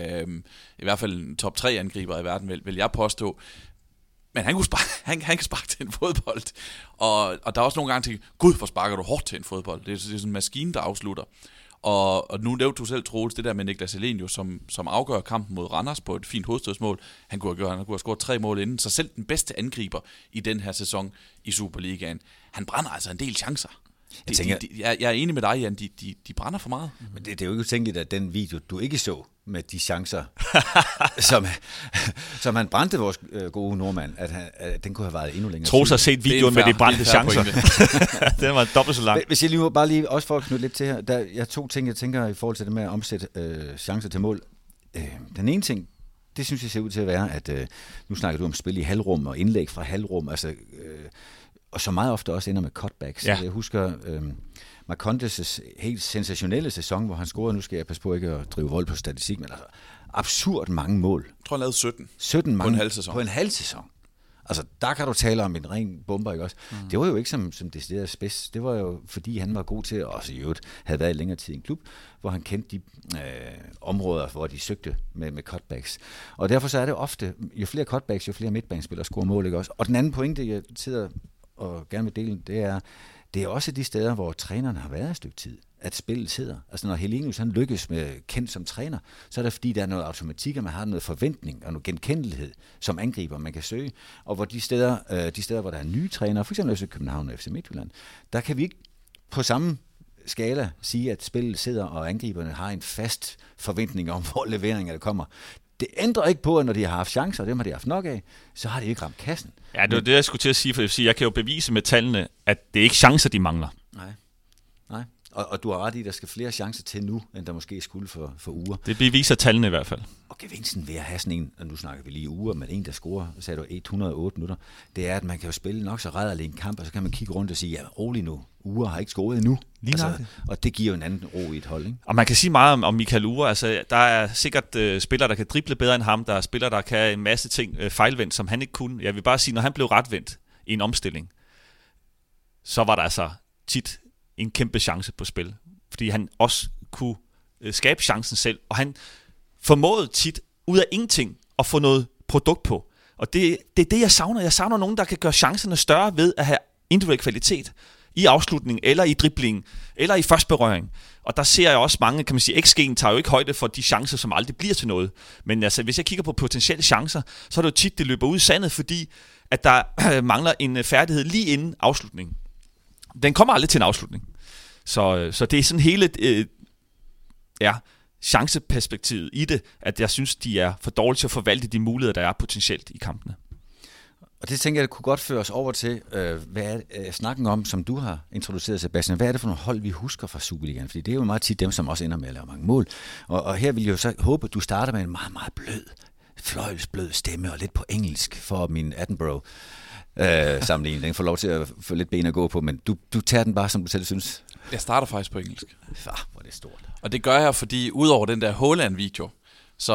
I hvert fald en top 3 angriber i verden, vil jeg påstå. Men han kan sparke til en fodbold. Og der er også nogle gange til, gud, hvor sparker du hårdt til en fodbold. Det er sådan en maskine, der afslutter. Og nu nævnte du selv, Troels, det der med Niklas Elenius, som afgør kampen mod Randers på et fint hovedstødsmål. Han kunne have scoret 3 mål inden, så selv den bedste angriber i den her sæson i Superligaen, han brænder altså en del chancer. Jeg er enig med dig, Jan. De brænder for meget. Men det er jo ikke utænkeligt, at den video, du ikke så med de chancer, som han brændte vores gode nordmand, at den kunne have været endnu længere. Troels har set videoen med de brændte chancer. Den var dobbelt så lang. Hvis jeg lige også for at knytte lidt til her, jeg har 2 ting, jeg tænker i forhold til det med at omsætte chancer til mål. Den ene ting, det synes jeg ser ud til at være, at nu snakker du om spil i halvrum og indlæg fra halvrum, altså, og så meget ofte også ender med cutbacks. Ja. Jeg husker Marcondes' helt sensationelle sæson, hvor han scorede, nu skal jeg passe på ikke at drive vold på statistik, men altså absurd mange mål. Jeg tror, han lavede 17. 17 på en halv sæson. På en halv sæson. Altså, der kan du tale om en ren bomber, ikke også? Mm. Det var jo ikke som decideret spids. Det var jo, fordi han var god til, også i øvrigt havde været i længere tid i en klub, hvor han kendte de områder, hvor de søgte med cutbacks. Og derfor så er det ofte, jo flere cutbacks, jo flere midtbanespillere scorer mål, ikke også? Og den anden pointe, jeg sidder og gerne vil dele, det er også de steder, hvor trænerne har været et stykke tid, at spillet sidder. Altså når Helenius han lykkes med kendt som træner, så er det fordi, der er noget automatik, og man har noget forventning og noget genkendelighed som angriber, man kan søge. Og hvor de steder, hvor der er nye trænere, f.eks. FC København og FC Midtjylland, der kan vi ikke på samme skala sige, at spillet sidder, og angriberne har en fast forventning om, hvor leveringerne kommer. Det ændrer ikke på, at når de har haft chancer, og dem har de haft nok af, så har de ikke ramt kassen. Ja, det var det, jeg skulle til at sige, for jeg kan jo bevise med tallene, at det er ikke chancer, de mangler. Nej. Og du har ret i, at der skal flere chancer til nu, end der måske skulle for uger. Det beviser tallene i hvert fald. Og gevinsten ved at have sådan en, og nu snakker vi lige uger, men en, der scorer, sagde du 108 minutter, det er, at man kan jo spille nok så rædderlig en kamp, og så kan man kigge rundt og sige, ja, rolig nu, Ure har ikke scoret endnu. Og det giver jo en anden ro i et hold, ikke? Og man kan sige meget om Michael Ure. Altså, der er sikkert spillere, der kan drible bedre end ham. Der er spillere, der kan en masse ting fejlvendt, som han ikke kunne. Jeg vil bare sige, når han blev retvendt i en omstilling, så var der altså tit en kæmpe chance på spil. Fordi han også kunne skabe chancen selv. Og han formåede tit ud af ingenting at få noget produkt på. Og det er det, jeg savner. Jeg savner nogen, der kan gøre chancerne større ved at have individuel kvalitet i afslutning, eller i dribling, eller i første berøring. Og der ser jeg også mange, kan man sige, XG'en tager jo ikke højde for de chancer, som aldrig bliver til noget. Men altså, hvis jeg kigger på potentielle chancer, så er det jo tit, det løber ud i sandet, fordi at der mangler en færdighed lige inden afslutningen. Den kommer aldrig til en afslutning. Så det er sådan hele chanceperspektivet i det, at jeg synes, de er for dårlige til at forvalte de muligheder, der er potentielt i kampene. Og det tænker jeg, kunne godt føre os over til, hvad er snakken om, som du har introduceret, Sebastian. Hvad er det for nogle hold, vi husker fra Superligaen? Fordi det er jo meget tit dem, som også ender med at lave mange mål. Og her vil jeg jo så håbe, at du starter med en meget, meget fløjlsblød stemme, og lidt på engelsk for min Attenborough sammenligning. Den får lov til at få lidt ben at gå på, men du tager den bare, som du selv synes. Jeg starter faktisk på engelsk. Hvor er det stort. Og det gør jeg, fordi udover den der Haaland-video, så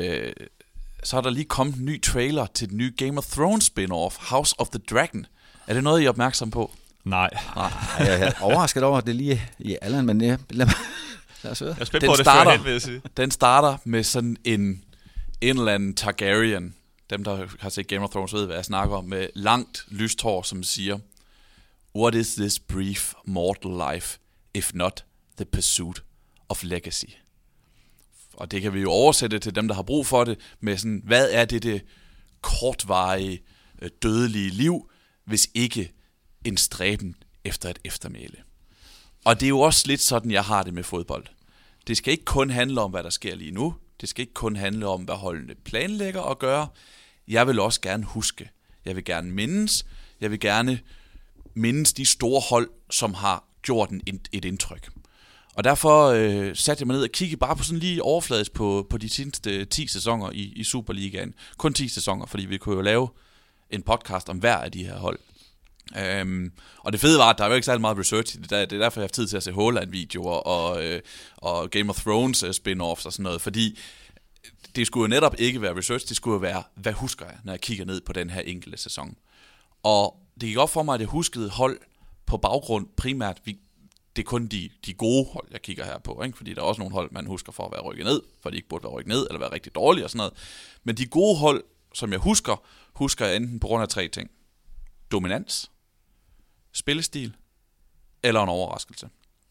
er der lige kommet en ny trailer til den nye Game of Thrones spin-off, House of the Dragon. Er det noget, I er opmærksom på? Nej. Jeg er overrasket over, at det lige i alderen, men lad os høre. Jeg er spændt på det førhen, vil jeg sige. Den starter med sådan en eller anden Targaryen. Dem, der har set Game of Thrones, ved, hvad jeg snakker om, med langt lyst hår, som siger, "What is this brief mortal life, if not the pursuit of legacy?" Og det kan vi jo oversætte til dem, der har brug for det, med sådan, hvad er det kortvarige, dødelige liv, hvis ikke en stræben efter et eftermæle. Og det er jo også lidt sådan, jeg har det med fodbold. Det skal ikke kun handle om, hvad der sker lige nu. Det skal ikke kun handle om, hvad holdene planlægger at gøre. Jeg vil også gerne huske. Jeg vil gerne mindes. Jeg vil gerne mindes de store hold, som har gjort et indtryk. Og derfor satte jeg mig ned og kiggede bare på sådan lige overfladisk på de sidste 10 sæsoner i Superligaen. Kun 10 sæsoner, fordi vi kunne jo lave en podcast om hver af de her hold. Og det fede var, at der er jo ikke særlig meget research. Det er derfor, jeg har haft tid til at se Haaland-videoer og Game of Thrones spin-offs og sådan noget. Fordi det skulle jo netop ikke være research, det skulle jo være, hvad husker jeg, når jeg kigger ned på den her enkelte sæson. Og det gik op for mig, at jeg huskede hold på baggrund primært. Det er kun de gode hold, jeg kigger her på, ikke? Fordi der er også nogle hold, man husker for at være rykket ned, for de ikke burde være rykket ned, eller være rigtig dårlige og sådan noget. Men de gode hold, som jeg husker jeg enten på grund af 3 ting. Dominans, spillestil, eller en overraskelse.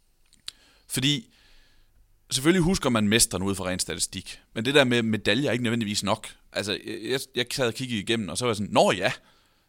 Fordi selvfølgelig husker man mesteren ud fra ren statistik, men det der med medaljer er ikke nødvendigvis nok. Altså, jeg sad og kiggede igennem, og så var jeg sådan, nå ja,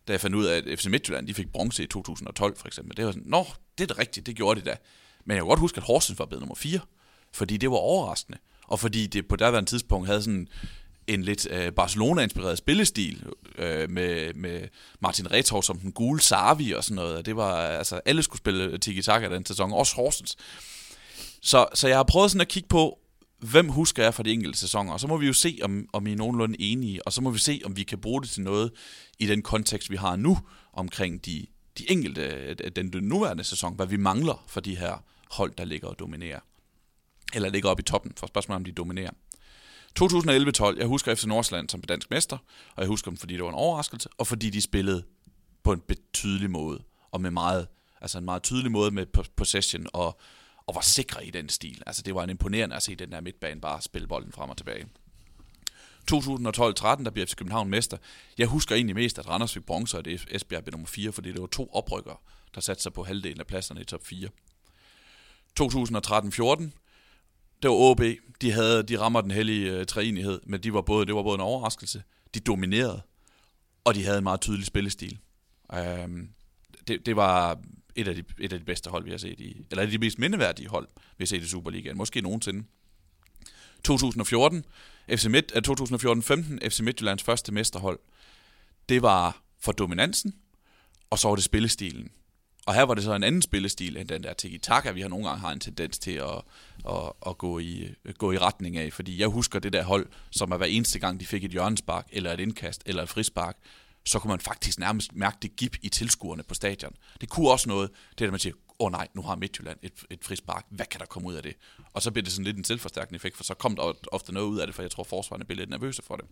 da jeg fandt ud af, at FC Midtjylland, de fik bronze i 2012 for eksempel. Det var sådan, nå, det er da rigtigt, det gjorde de da. Men jeg kan godt huske, at Horsens var blevet nummer 4, fordi det var overraskende. Og fordi det på daværende tidspunkt havde sådan en lidt Barcelona-inspireret spillestil med Martin Retov som den gule Sarvi og sådan noget. Det var, altså, alle skulle spille tiki-taka den sæson, også Horsens. Så jeg har prøvet sådan at kigge på, hvem husker jeg fra de enkelte sæsoner, og så må vi jo se, om I er nogenlunde enige, og så må vi se, om vi kan bruge det til noget i den kontekst, vi har nu, omkring de enkelte, den nuværende sæson, hvad vi mangler for de her hold, der ligger og dominerer. Eller ligger oppe i toppen, for spørgsmålet om de dominerer. 2011-12, jeg husker FC Nordsjælland som dansk mester, og jeg husker dem, fordi det var en overraskelse, og fordi de spillede på en betydelig måde, og med meget, altså en meget tydelig måde med possession, og var sikre i den stil. Altså det var en imponerende at se den der midtbane bare spille bolden frem og tilbage. 2012-13, der bliver FC København mester. Jeg husker egentlig mest, at Randers fik bronze, og det Esbjerg blev nummer 4, fordi det var 2 oprykkere, der satte sig på halvdelen af pladserne i top 4. 2013-14, det var AaB. De rammer den hellige treenighed, men det var både en overraskelse. De dominerede, og de havde en meget tydelig spillestil. Det var et af de bedste hold, vi har set eller de mest mindeværdige hold, vi har set i Superligaen, måske nogensinde. 2014, 2014-15, FC Midtjyllands første mesterhold. Det var for dominansen, og så var det spillestilen. Og her var det så en anden spillestil end den der tiki-taka, vi har nogle gange har en tendens til at gå i retning af. Fordi jeg husker det der hold, som at hver eneste gang de fik et hjørnespark, eller et indkast, eller et frispark, så kunne man faktisk nærmest mærke det gib i tilskuerne på stadion. Det kunne også noget, det der man siger, nej, nu har Midtjylland et frispark, hvad kan der komme ud af det? Og så blev det sådan lidt en selvforstærkende effekt, for så kom der ofte noget ud af det, for jeg tror forsvarerne blev lidt nervøse for det.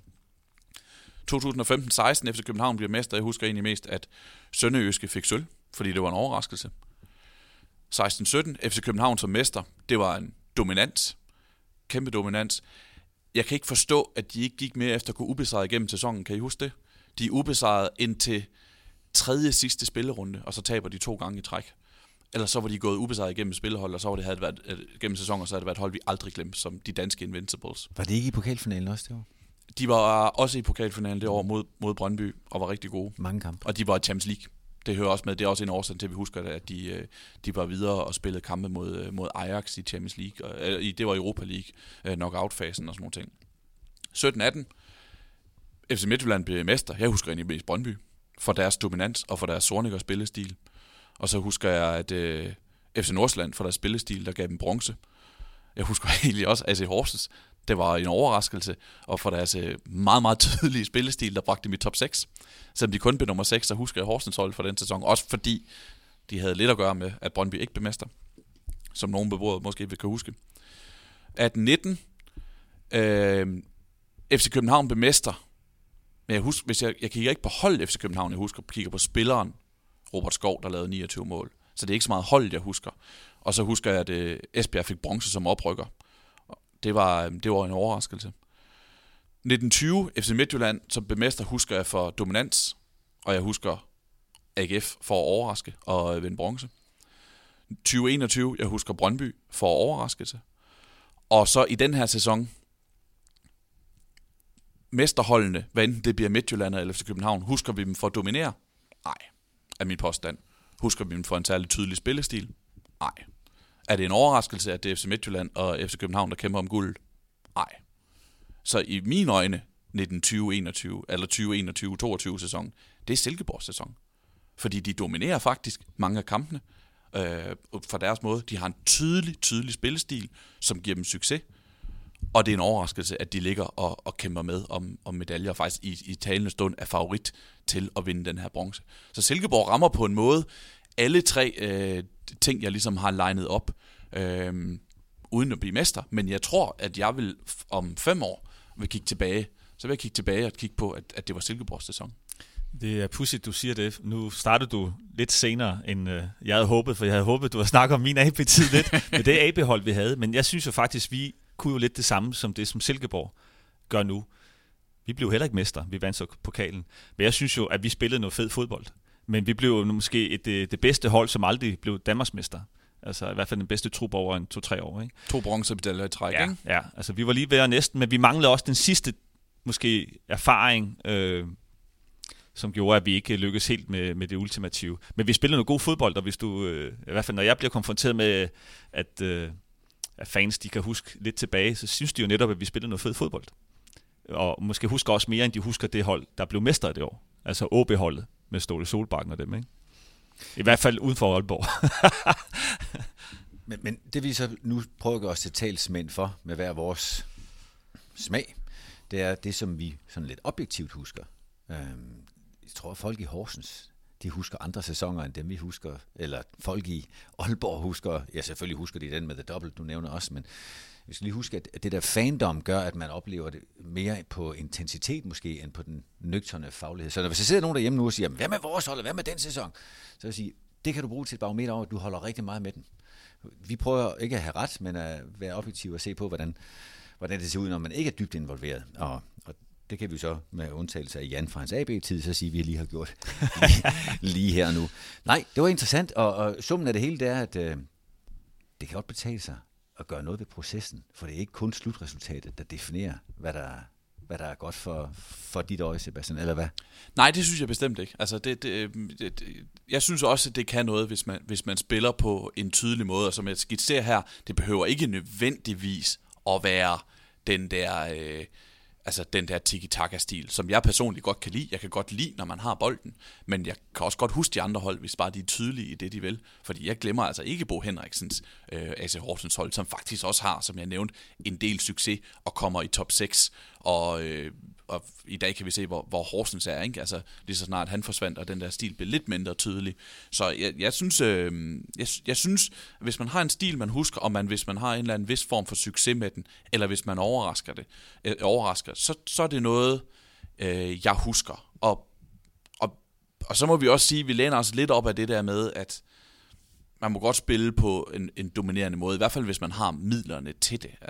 2015-16 FC København bliver mester. Jeg husker egentlig mest, at Sønderjyske fik sølv, fordi det var en overraskelse. 16-17 FC København som mester, det var en dominans, kæmpe dominans. Jeg kan ikke forstå, at de ikke gik mere efter at gå ubesejret igennem sæsonen. Kan I huske det? De er ubesejret indtil tredje sidste spillerunde, og så taber de 2 gange i træk. Eller så var de gået ubesejret igennem spillehold, og så var det havde været gennem sæsonen, og så havde det været et hold, vi aldrig glemte, som de danske Invincibles. Var det ikke i pokalfinalen også det år? De var også i pokalfinalen det år mod Brøndby, og var rigtig gode. Mange kampe. Og de var i Champions League. Det hører også med. Det er også en årsag til, at vi husker, at de var videre og spillede kampe mod Ajax i Champions League. Det var Europa League, knockout-fasen og sådan nogle ting. 17-18. FC Midtjylland blev mester. Jeg husker egentlig mest Brøndby for deres dominans og for deres Zorniger spillestil. Og så husker jeg, at FC Nordsjælland for deres spillestil, der gav dem bronze. Jeg husker egentlig også AC Horsens. Det var en overraskelse, og for deres meget, meget tydelige spillestil, der bragte dem i top 6. Selvom de kun blev nummer 6, så husker jeg Horsens hold for den sæson. Også fordi de havde lidt at gøre med, at Brøndby ikke blev mester. Som nogen beboere måske kan huske. 18-19. FC København blev mester. Men jeg husker, hvis jeg kigger ikke på holdet FC København, jeg kigger på spilleren Robert Skov, der lavede 29 mål. Så det er ikke så meget hold, jeg husker. Og så husker jeg, at Esbjerg fik bronze som oprykker. Det var en overraskelse. 1920, FC Midtjylland som bemester, husker jeg for dominans, og jeg husker AGF for at overraske og vinde bronze. 2021, jeg husker Brøndby for overraskelse. Og så i den her sæson, mesterholdene, hvad enten det bliver Midtjylland eller FC København, husker vi dem for at dominere? Nej, er min påstand. Husker vi dem for en særlig tydelig spillestil? Nej. Er det en overraskelse, at det er FC Midtjylland og FC København, der kæmper om guld? Nej. Så i mine øjne, 1920-21 eller 2021-22 sæson, det er Silkeborgs sæson. Fordi de dominerer faktisk mange af kampene fra deres måde. De har en tydelig spillestil, som giver dem succes. Og det er en overraskelse, at de ligger og kæmper med om medaljer, faktisk i talende stund er favorit til at vinde den her bronze. Så Silkeborg rammer på en måde alle 3 ting, jeg ligesom har legnet op, uden at blive mester. Men jeg tror, at jeg vil om 5 år vil kigge tilbage. Så vil jeg kigge tilbage og kigge på, at det var Silkeborgs sæson. Det er pudsigt, du siger det. Nu startede du lidt senere, end jeg havde håbet, for jeg havde håbet, du havde snakket om min AB-tid lidt. Men det AB-hold, vi havde. Men jeg synes jo faktisk, vi kunne jo lidt det samme, som det, som Silkeborg gør nu. Vi blev heller ikke mester. Vi vandt så pokalen. Men jeg synes jo, at vi spillede noget fed fodbold. Men vi blev jo måske det bedste hold, som aldrig blev Danmarksmester. Altså i hvert fald den bedste trup over en 2-3 år. Ikke? 2 bronzemedaljer i træk, ikke? Ja, altså vi var lige ved næsten, men vi manglede også den sidste måske erfaring, som gjorde, at vi ikke lykkedes helt med det ultimative. Men vi spillede noget god fodbold, og hvis du, i hvert fald når jeg bliver konfronteret med, at fans de kan huske lidt tilbage, så synes de jo netop, at vi spillede noget fed fodbold. Og måske husker også mere, end de husker det hold, der blev mester det år. Altså OB-holdet med Ståle Solbakken og dem, ikke? I hvert fald uden for Aalborg. men det vi så nu prøver at gøre os til talsmænd for, med hver vores smag, det er det, som vi sådan lidt objektivt husker. Jeg tror, at folk i Horsens, de husker andre sæsoner, end dem vi husker. Eller folk i Aalborg husker, ja selvfølgelig husker de den med The Double, du nævner også, men vi skal lige huske, at det der fandom gør, at man oplever det mere på intensitet måske, end på den nøgterne faglighed. Så hvis jeg sidder nogen derhjemme nu og siger, hvad med vores hold, hvad med den sæson? Så vil jeg sige, det kan du bruge til et barometer over, at du holder rigtig meget med den. Vi prøver ikke at have ret, men at være objektiv og se på, hvordan det ser ud, når man ikke er dybt involveret. Og det kan vi så med undtagelse af Jan fra hans AB-tid, så sige, at vi lige har gjort lige her nu. Nej, det var interessant, og summen af det hele, det er, at det kan godt betale sig at gøre noget ved processen, for det er ikke kun slutresultatet, der definerer, hvad der er godt for dit øje, Sebastian, eller hvad? Nej, det synes jeg bestemt ikke. Altså, jeg synes også, at det kan noget, hvis man spiller på en tydelig måde, og som jeg skitserer her, det behøver ikke nødvendigvis at være den der tiki-taka-stil, som jeg personligt godt kan lide. Jeg kan godt lide, når man har bolden, men jeg kan også godt huske de andre hold, hvis bare de er tydelige i det, de vil. Fordi jeg glemmer altså ikke Bo Henriksens AC Horsens hold, som faktisk også har, som jeg nævnte, en del succes og kommer i top 6. Og i dag kan vi se, hvor Horsens er, ikke? Altså, lige så snart han forsvandt, og den der stil blev lidt mindre tydelig. Så jeg synes, hvis man har en stil, man husker, og hvis man har en eller anden vis form for succes med den, eller hvis man overrasker, så er det noget, jeg husker. Og så må vi også sige, at vi læner os lidt op af det der med, at man må godt spille på en dominerende måde, i hvert fald hvis man har midlerne til det,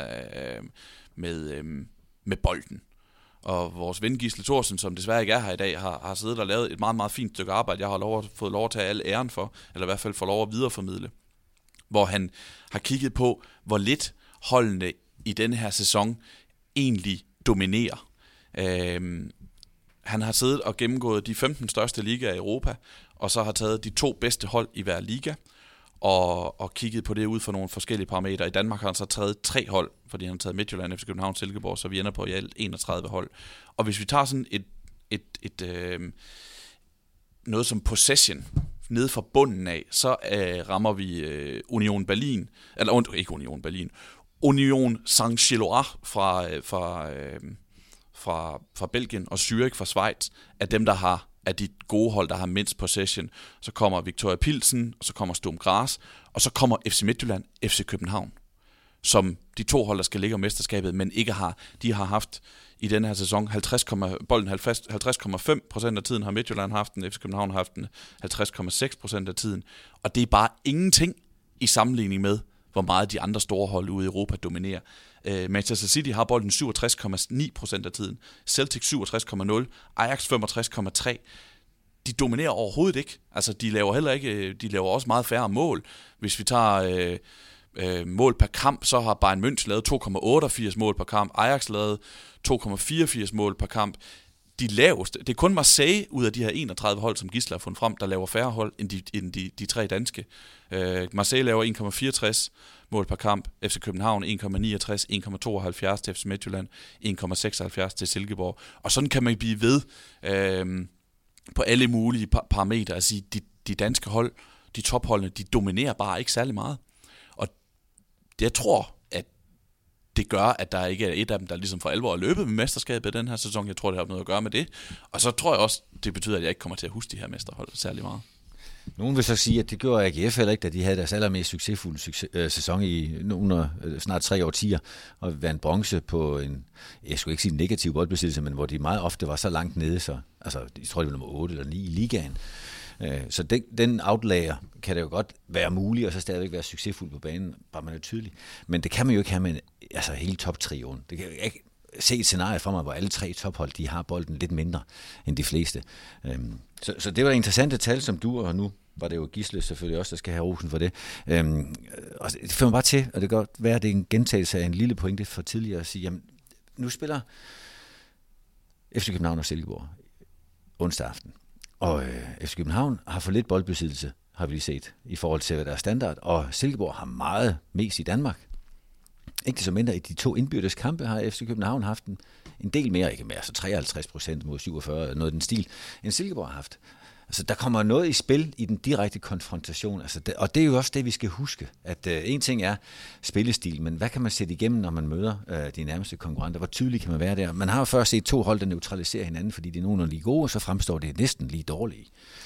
med bolden. Og vores ven Gisle Thorsen, som desværre ikke er her i dag, har siddet og lavet et meget, meget fint stykke arbejde, jeg har fået lov at tage al æren for, eller i hvert fald få lov at videreformidle, hvor han har kigget på, hvor lidt holdene i denne her sæson egentlig dominerer. Han har siddet og gennemgået de 15 største ligaer i Europa, og så har taget de 2 bedste hold i hver liga, og kigget på det ud fra nogle forskellige parametre. I Danmark har han så taget 3 hold, fordi han har taget Midtjylland, FC København, Silkeborg, så vi ender på i alt 31 hold. Og hvis vi tager sådan noget som possession nede fra bunden af, så rammer vi Union Berlin, eller ikke Union Berlin, Union Saint-Gilloise fra Belgien, og Zürich fra Schweiz, er dem, der har af de gode hold, der har mindst possession. Så kommer Viktoria Pilsen, og så kommer Sturm Graz, og så kommer FC Midtjylland, FC København, som de 2 hold, der skal ligge om mesterskabet, men ikke har. De har haft i denne her sæson 50,5% af tiden har Midtjylland haft den, FC København har haft den 50,6% af tiden, og det er bare ingenting i sammenligning med, hvor meget de andre store hold ude i Europa dominerer. Manchester City har bolden 67,9% af tiden, Celtic 67,0%, Ajax 65,3%. De dominerer overhovedet ikke. Altså, de laver også meget færre mål. Hvis vi tager mål per kamp, så har Bayern München lavet 2,88 mål per kamp, Ajax lavet 2,84 mål per kamp. De laveste, det er kun Marseille ud af de her 31 hold, som Gisle har fundet frem, der laver færre hold end de 3 danske. Marseille laver 1,64 mål per kamp, FC København 1,69, 1,72 til FC Midtjylland, 1,76 til Silkeborg. Og sådan kan man blive ved på alle mulige parametre. Altså de danske hold, de topholdene, de dominerer bare ikke særlig meget. Og jeg tror, at det gør, at der ikke er et af dem, der ligesom for alvor er løbet med mesterskabet den her sæson. Jeg tror, det har noget at gøre med det. Og så tror jeg også, det betyder, at jeg ikke kommer til at huske de her mesterhold særlig meget. Nogen vil så sige, at det gjorde AGF heller ikke, da de havde deres allermest succesfulde sæson i under snart 3 årtier, og vandt bronze på en, jeg skulle ikke sige negativ boldbesiddelse, men hvor de meget ofte var så langt nede, så altså, jeg tror, det var nummer 8 eller 9 i ligaen. Så den outlayer kan det jo godt være muligt, og så stadigvæk være succesfuld på banen, bare man er tydelig. Men det kan man jo ikke have med hele top-trioen. Det kan jeg ikke se et scenarie for mig, hvor alle 3 tophold, de har bolden lidt mindre end de fleste. Så det var et interessant detalje, som du, og nu var det jo Gisle selvfølgelig også, der skal have rosen for det. Og det fører mig bare til, og det kan godt være, at det er en gentagelse af en lille pointe for tidligere at sige, jamen, nu spiller FC København og Silkeborg onsdag aften. Og FC København har for lidt boldbesiddelse, har vi lige set, i forhold til, hvad der er standard. Og Silkeborg har meget mest i Danmark. Ikke så mindre i de 2 indbyrdes kampe har FC København haft en del mere, ikke mere, så 53% mod 47, noget af den stil, end Silkeborg har haft. Altså, der kommer noget i spil i den direkte konfrontation, altså, og det er jo også det, vi skal huske, at en ting er spillestil, men hvad kan man sætte igennem, når man møder de nærmeste konkurrenter? Hvor tydelig kan man være der? Man har jo først set 2 hold, der neutraliserer hinanden, fordi de er nogenlunde lige gode, og så fremstår det næsten lige dårlige.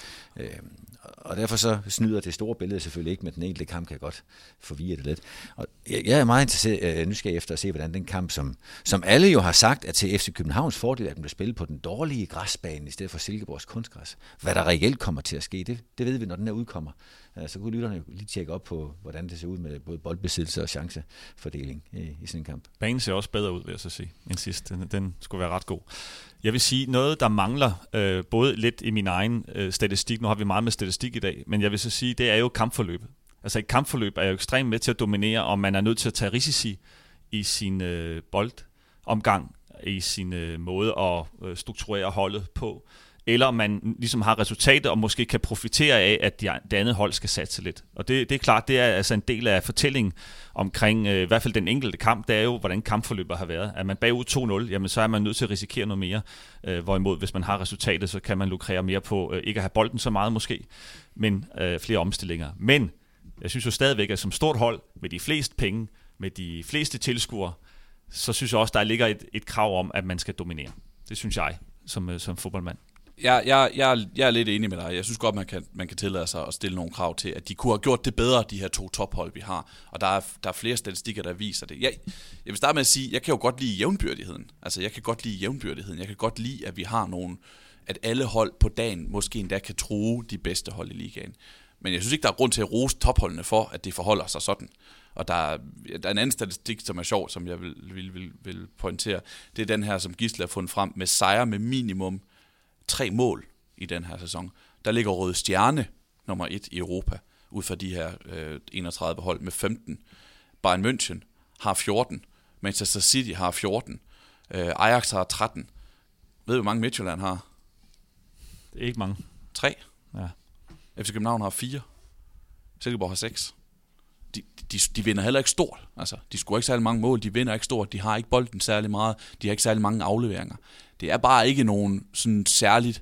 Og derfor så snyder det store billede selvfølgelig ikke, med den enkelte kamp kan jeg godt forvirre det lidt. Og jeg er meget nysgerrig efter at se, hvordan den kamp, som alle jo har sagt, at til FC Københavns fordel, at den bliver spillet på den dårlige græsbane, i stedet for Silkeborgs kunstgræs. Hvad der reelt kommer til at ske, det ved vi, når den her udkommer. Så kunne lytterne jo lige tjekke op på, hvordan det ser ud med både boldbesiddelse og chancefordeling i sådan en kamp. Banen ser også bedre ud, vil jeg så sige, end sidst. Den skulle være ret god. Jeg vil sige, noget der mangler, både lidt i min egen statistik, nu har vi meget med statistik i dag, men jeg vil så sige, det er jo kampforløbet. Altså et kampforløb er jo ekstremt med til at dominere, og man er nødt til at tage risici i sin boldomgang, i sin måde at strukturere holdet på, eller man ligesom har resultater og måske kan profitere af, at det andet hold skal satse lidt. Og det er klart, det er altså en del af fortællingen omkring i hvert fald den enkelte kamp, det er jo, hvordan kampforløbet har været. Er man bagud 2-0, jamen så er man nødt til at risikere noget mere, hvorimod hvis man har resultatet, så kan man lukrere mere på ikke at have bolden så meget måske, men flere omstillinger. Men jeg synes jo stadigvæk, at som stort hold, med de fleste penge, med de fleste tilskuere, så synes jeg også, der ligger et krav om, at man skal dominere. Det synes jeg, som fodboldmand. Jeg er lidt enig med dig. Jeg synes godt, man kan tillade sig at stille nogle krav til, at de kunne have gjort det bedre, de her 2 tophold, vi har. Og der er flere statistikker, der viser det. Jeg vil starte med at sige, jeg kan jo godt lide jævnbyrdigheden. Altså, jeg kan godt lide jævnbyrdigheden. Jeg kan godt lide, at vi har at alle hold på dagen måske endda kan true de bedste hold i ligaen. Men jeg synes ikke, der er grund til at rose topholdene for, at det forholder sig sådan. Og der er en anden statistik, som er sjov, som jeg vil pointere. Det er den her, som Gisle har fundet frem, med sejre med minimum 3 mål i den her sæson. Der ligger Røde Stjerne nummer 1 i Europa, ud fra de her 31 hold med 15. Bayern München har 14. Manchester City har 14. Ajax har 13. Ved du, hvor mange Midtjylland har? Det er ikke mange. 3. Ja. FC København har 4. Silkeborg har 6. De vinder heller ikke stort. Altså, de scorer ikke særlig mange mål, de vinder ikke stort, de har ikke bolden særlig meget, de har ikke særlig mange afleveringer. Det er bare ikke nogen sådan særligt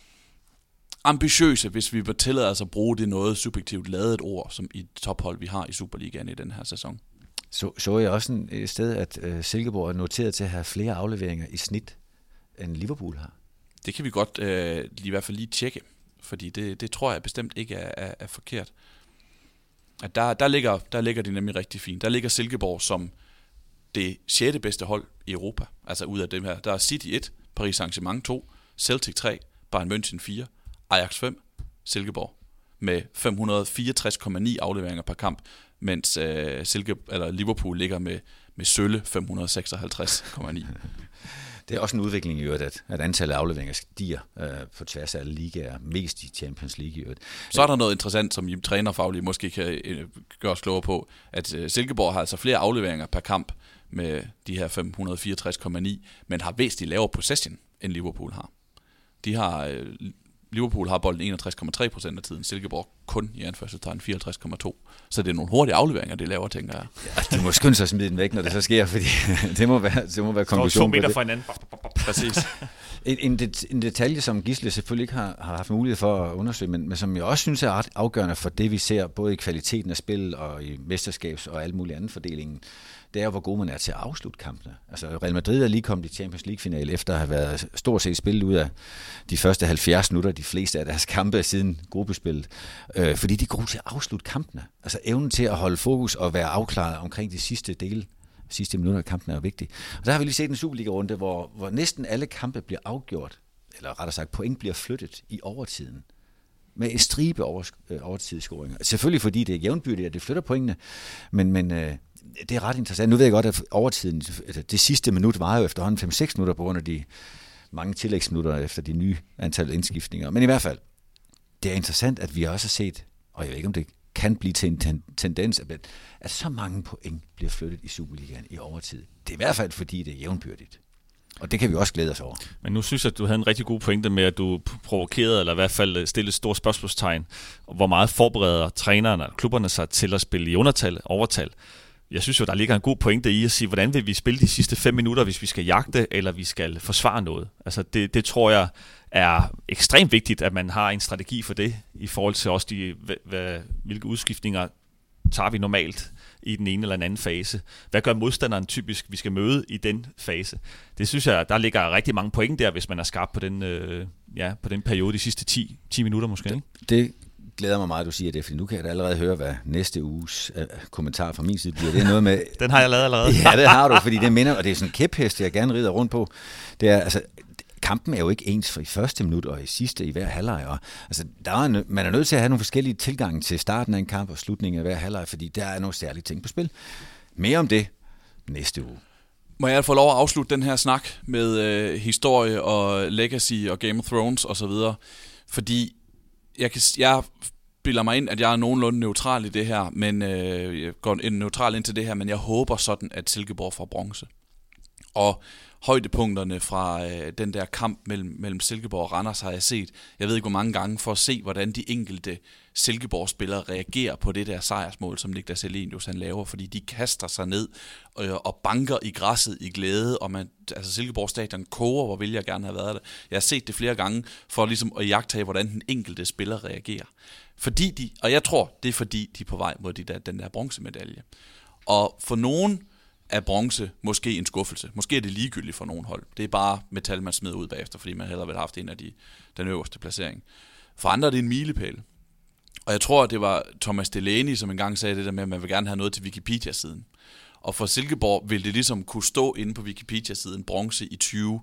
ambitiøse, hvis vi vil tillade os at bruge det noget subjektivt ladet ord, som i tophold, vi har i Superligaen i den her sæson. Så jeg også et sted, at Silkeborg er noteret til at have flere afleveringer i snit, end Liverpool har. Det kan vi godt i hvert fald lige tjekke, fordi det tror jeg bestemt ikke er forkert. At der ligger de nemlig rigtig fint. Der ligger Silkeborg som det 6. bedste hold i Europa. Altså ud af dem her. Der er City 1, Paris Saint-Germain 2, Celtic 3, Bayern München 4, Ajax 5, Silkeborg med 564,9 afleveringer per kamp, mens Liverpool ligger med sølle 556,9. Det er også en udvikling i øvrigt, at antallet af afleveringer stiger på tværs af alle ligaer, mest i Champions League i øvrigt. Så er der noget interessant, som I trænerfaglige måske kan gøre os klogere på, at Silkeborg har altså flere afleveringer per kamp med de her 564,9, men har væsentligt lavere possession, end Liverpool har. Liverpool har bolden 61,3% af tiden, Silkeborg kun i anførselstegn 54,2%. Så det er nogle hurtige afleveringer, de laver, tænker jeg. Ja, de må skynde sig at smide den væk, når det så sker, fordi det må være konklusionen. 2 meter fra hinanden. Præcis. En detalje, som Gisle selvfølgelig ikke har haft mulighed for at undersøge, men som jeg også synes er ret afgørende for det, vi ser, både i kvaliteten af spil og i mesterskabs- og alle mulige andre fordelingen, det er hvor god man er til at afslutte kampene. Altså Real Madrid er lige kommet i Champions League-finale, efter at have været stort set spillet ud af de første 70 minutter, de fleste af deres kampe siden gruppespillet. Fordi de er gode til at afslutte kampene. Altså evnen til at holde fokus og være afklaret omkring de sidste minutter af kampen er jo vigtigt. Og der har vi lige set en Superliga-runde, hvor næsten alle kampe bliver afgjort, eller rettere sagt point bliver flyttet i overtiden. Med en stribe overtidsscoringer. Selvfølgelig fordi det er jævnbyrdigt, at det flytter pointene, men det er ret interessant. Nu ved jeg godt, at overtiden, det sidste minut var jo efterhånden 5-6 minutter på grund af de mange tillægsminutter efter de nye antal indskiftninger. Men i hvert fald, det er interessant, at vi også har set, og jeg ved ikke, om det kan blive til en tendens, at så mange point bliver flyttet i Superligaen i overtid. Det er i hvert fald, fordi det er jævnbyrdigt. Og det kan vi også glæde os over. Men nu synes jeg, at du havde en rigtig god pointe med, at du provokerede, eller i hvert fald stillede et stort spørgsmålstegn, hvor meget forbereder trænerne og klubberne sig til at spille i undertal, overtal. Jeg synes jo, der ligger en god pointe i at sige, hvordan vil vi spille de sidste 5 minutter, hvis vi skal jagte, eller vi skal forsvare noget. Altså det tror jeg er ekstremt vigtigt, at man har en strategi for det, i forhold til også hvilke udskiftninger tager vi normalt i den ene eller den anden fase. Hvad gør modstanderen typisk, vi skal møde i den fase? Det synes jeg, der ligger rigtig mange point der, hvis man er skarp på den periode, de sidste 10 minutter måske. Ikke? Det glæder mig meget, at du siger det, for nu kan jeg da allerede høre, hvad næste uges kommentar fra min side bliver. Det er noget med... Den har jeg lavet allerede. Ja, det har du, fordi det minder, og det er sådan en kæphest, jeg gerne rider rundt på. Det er, altså, kampen er jo ikke ens for i første minut og i sidste i hver halvleg. Og, altså, man er nødt til at have nogle forskellige tilgange til starten af en kamp og slutningen af hver halvleg, fordi der er nogle særlige ting på spil. Mere om det næste uge. Må jeg få lov at afslutte den her snak med historie og legacy og Game of Thrones osv., fordi jeg bilder mig ind, at jeg er nogenlunde neutral i det her, men jeg går neutral ind til det her, men jeg håber sådan, at Silkeborg får bronze. Og højdepunkterne fra den der kamp mellem Silkeborg og Randers har jeg set, jeg ved ikke hvor mange gange, for at se, hvordan de enkelte Silkeborg-spillere reagerer på det der sejrsmål, som Niklas Elenius han laver, fordi de kaster sig ned og banker i græsset i glæde, og Silkeborg Stadion koger, hvor vil jeg gerne have været der. Jeg har set det flere gange, for ligesom at jagtage, hvordan den enkelte spiller reagerer. Og jeg tror, det er fordi, de er på vej mod den der bronzemedalje. Og for nogen er bronze måske en skuffelse. Måske er det ligegyldigt for nogen hold. Det er bare metal, man smider ud bagefter, fordi man hellere vil have haft en af den øverste placering. For andre er det en milepæl. Og jeg tror, at det var Thomas Delaney, som engang sagde det der med, at man vil gerne have noget til Wikipedia-siden. Og for Silkeborg vil det ligesom kunne stå inde på Wikipedia-siden bronze i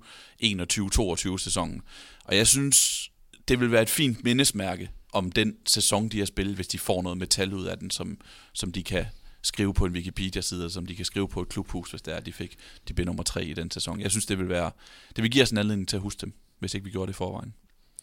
2021-22 sæsonen. Og jeg synes, det vil være et fint mindesmærke om den sæson, de har spillet, hvis de får noget metal ud af den, som de kan skrive på en Wikipedia-side, som de kan skrive på et klubhus, hvis det er, at de blev nummer 3 i den sæson. Jeg synes, det vil give os en anledning til at huske dem, hvis ikke vi gjorde det i forvejen.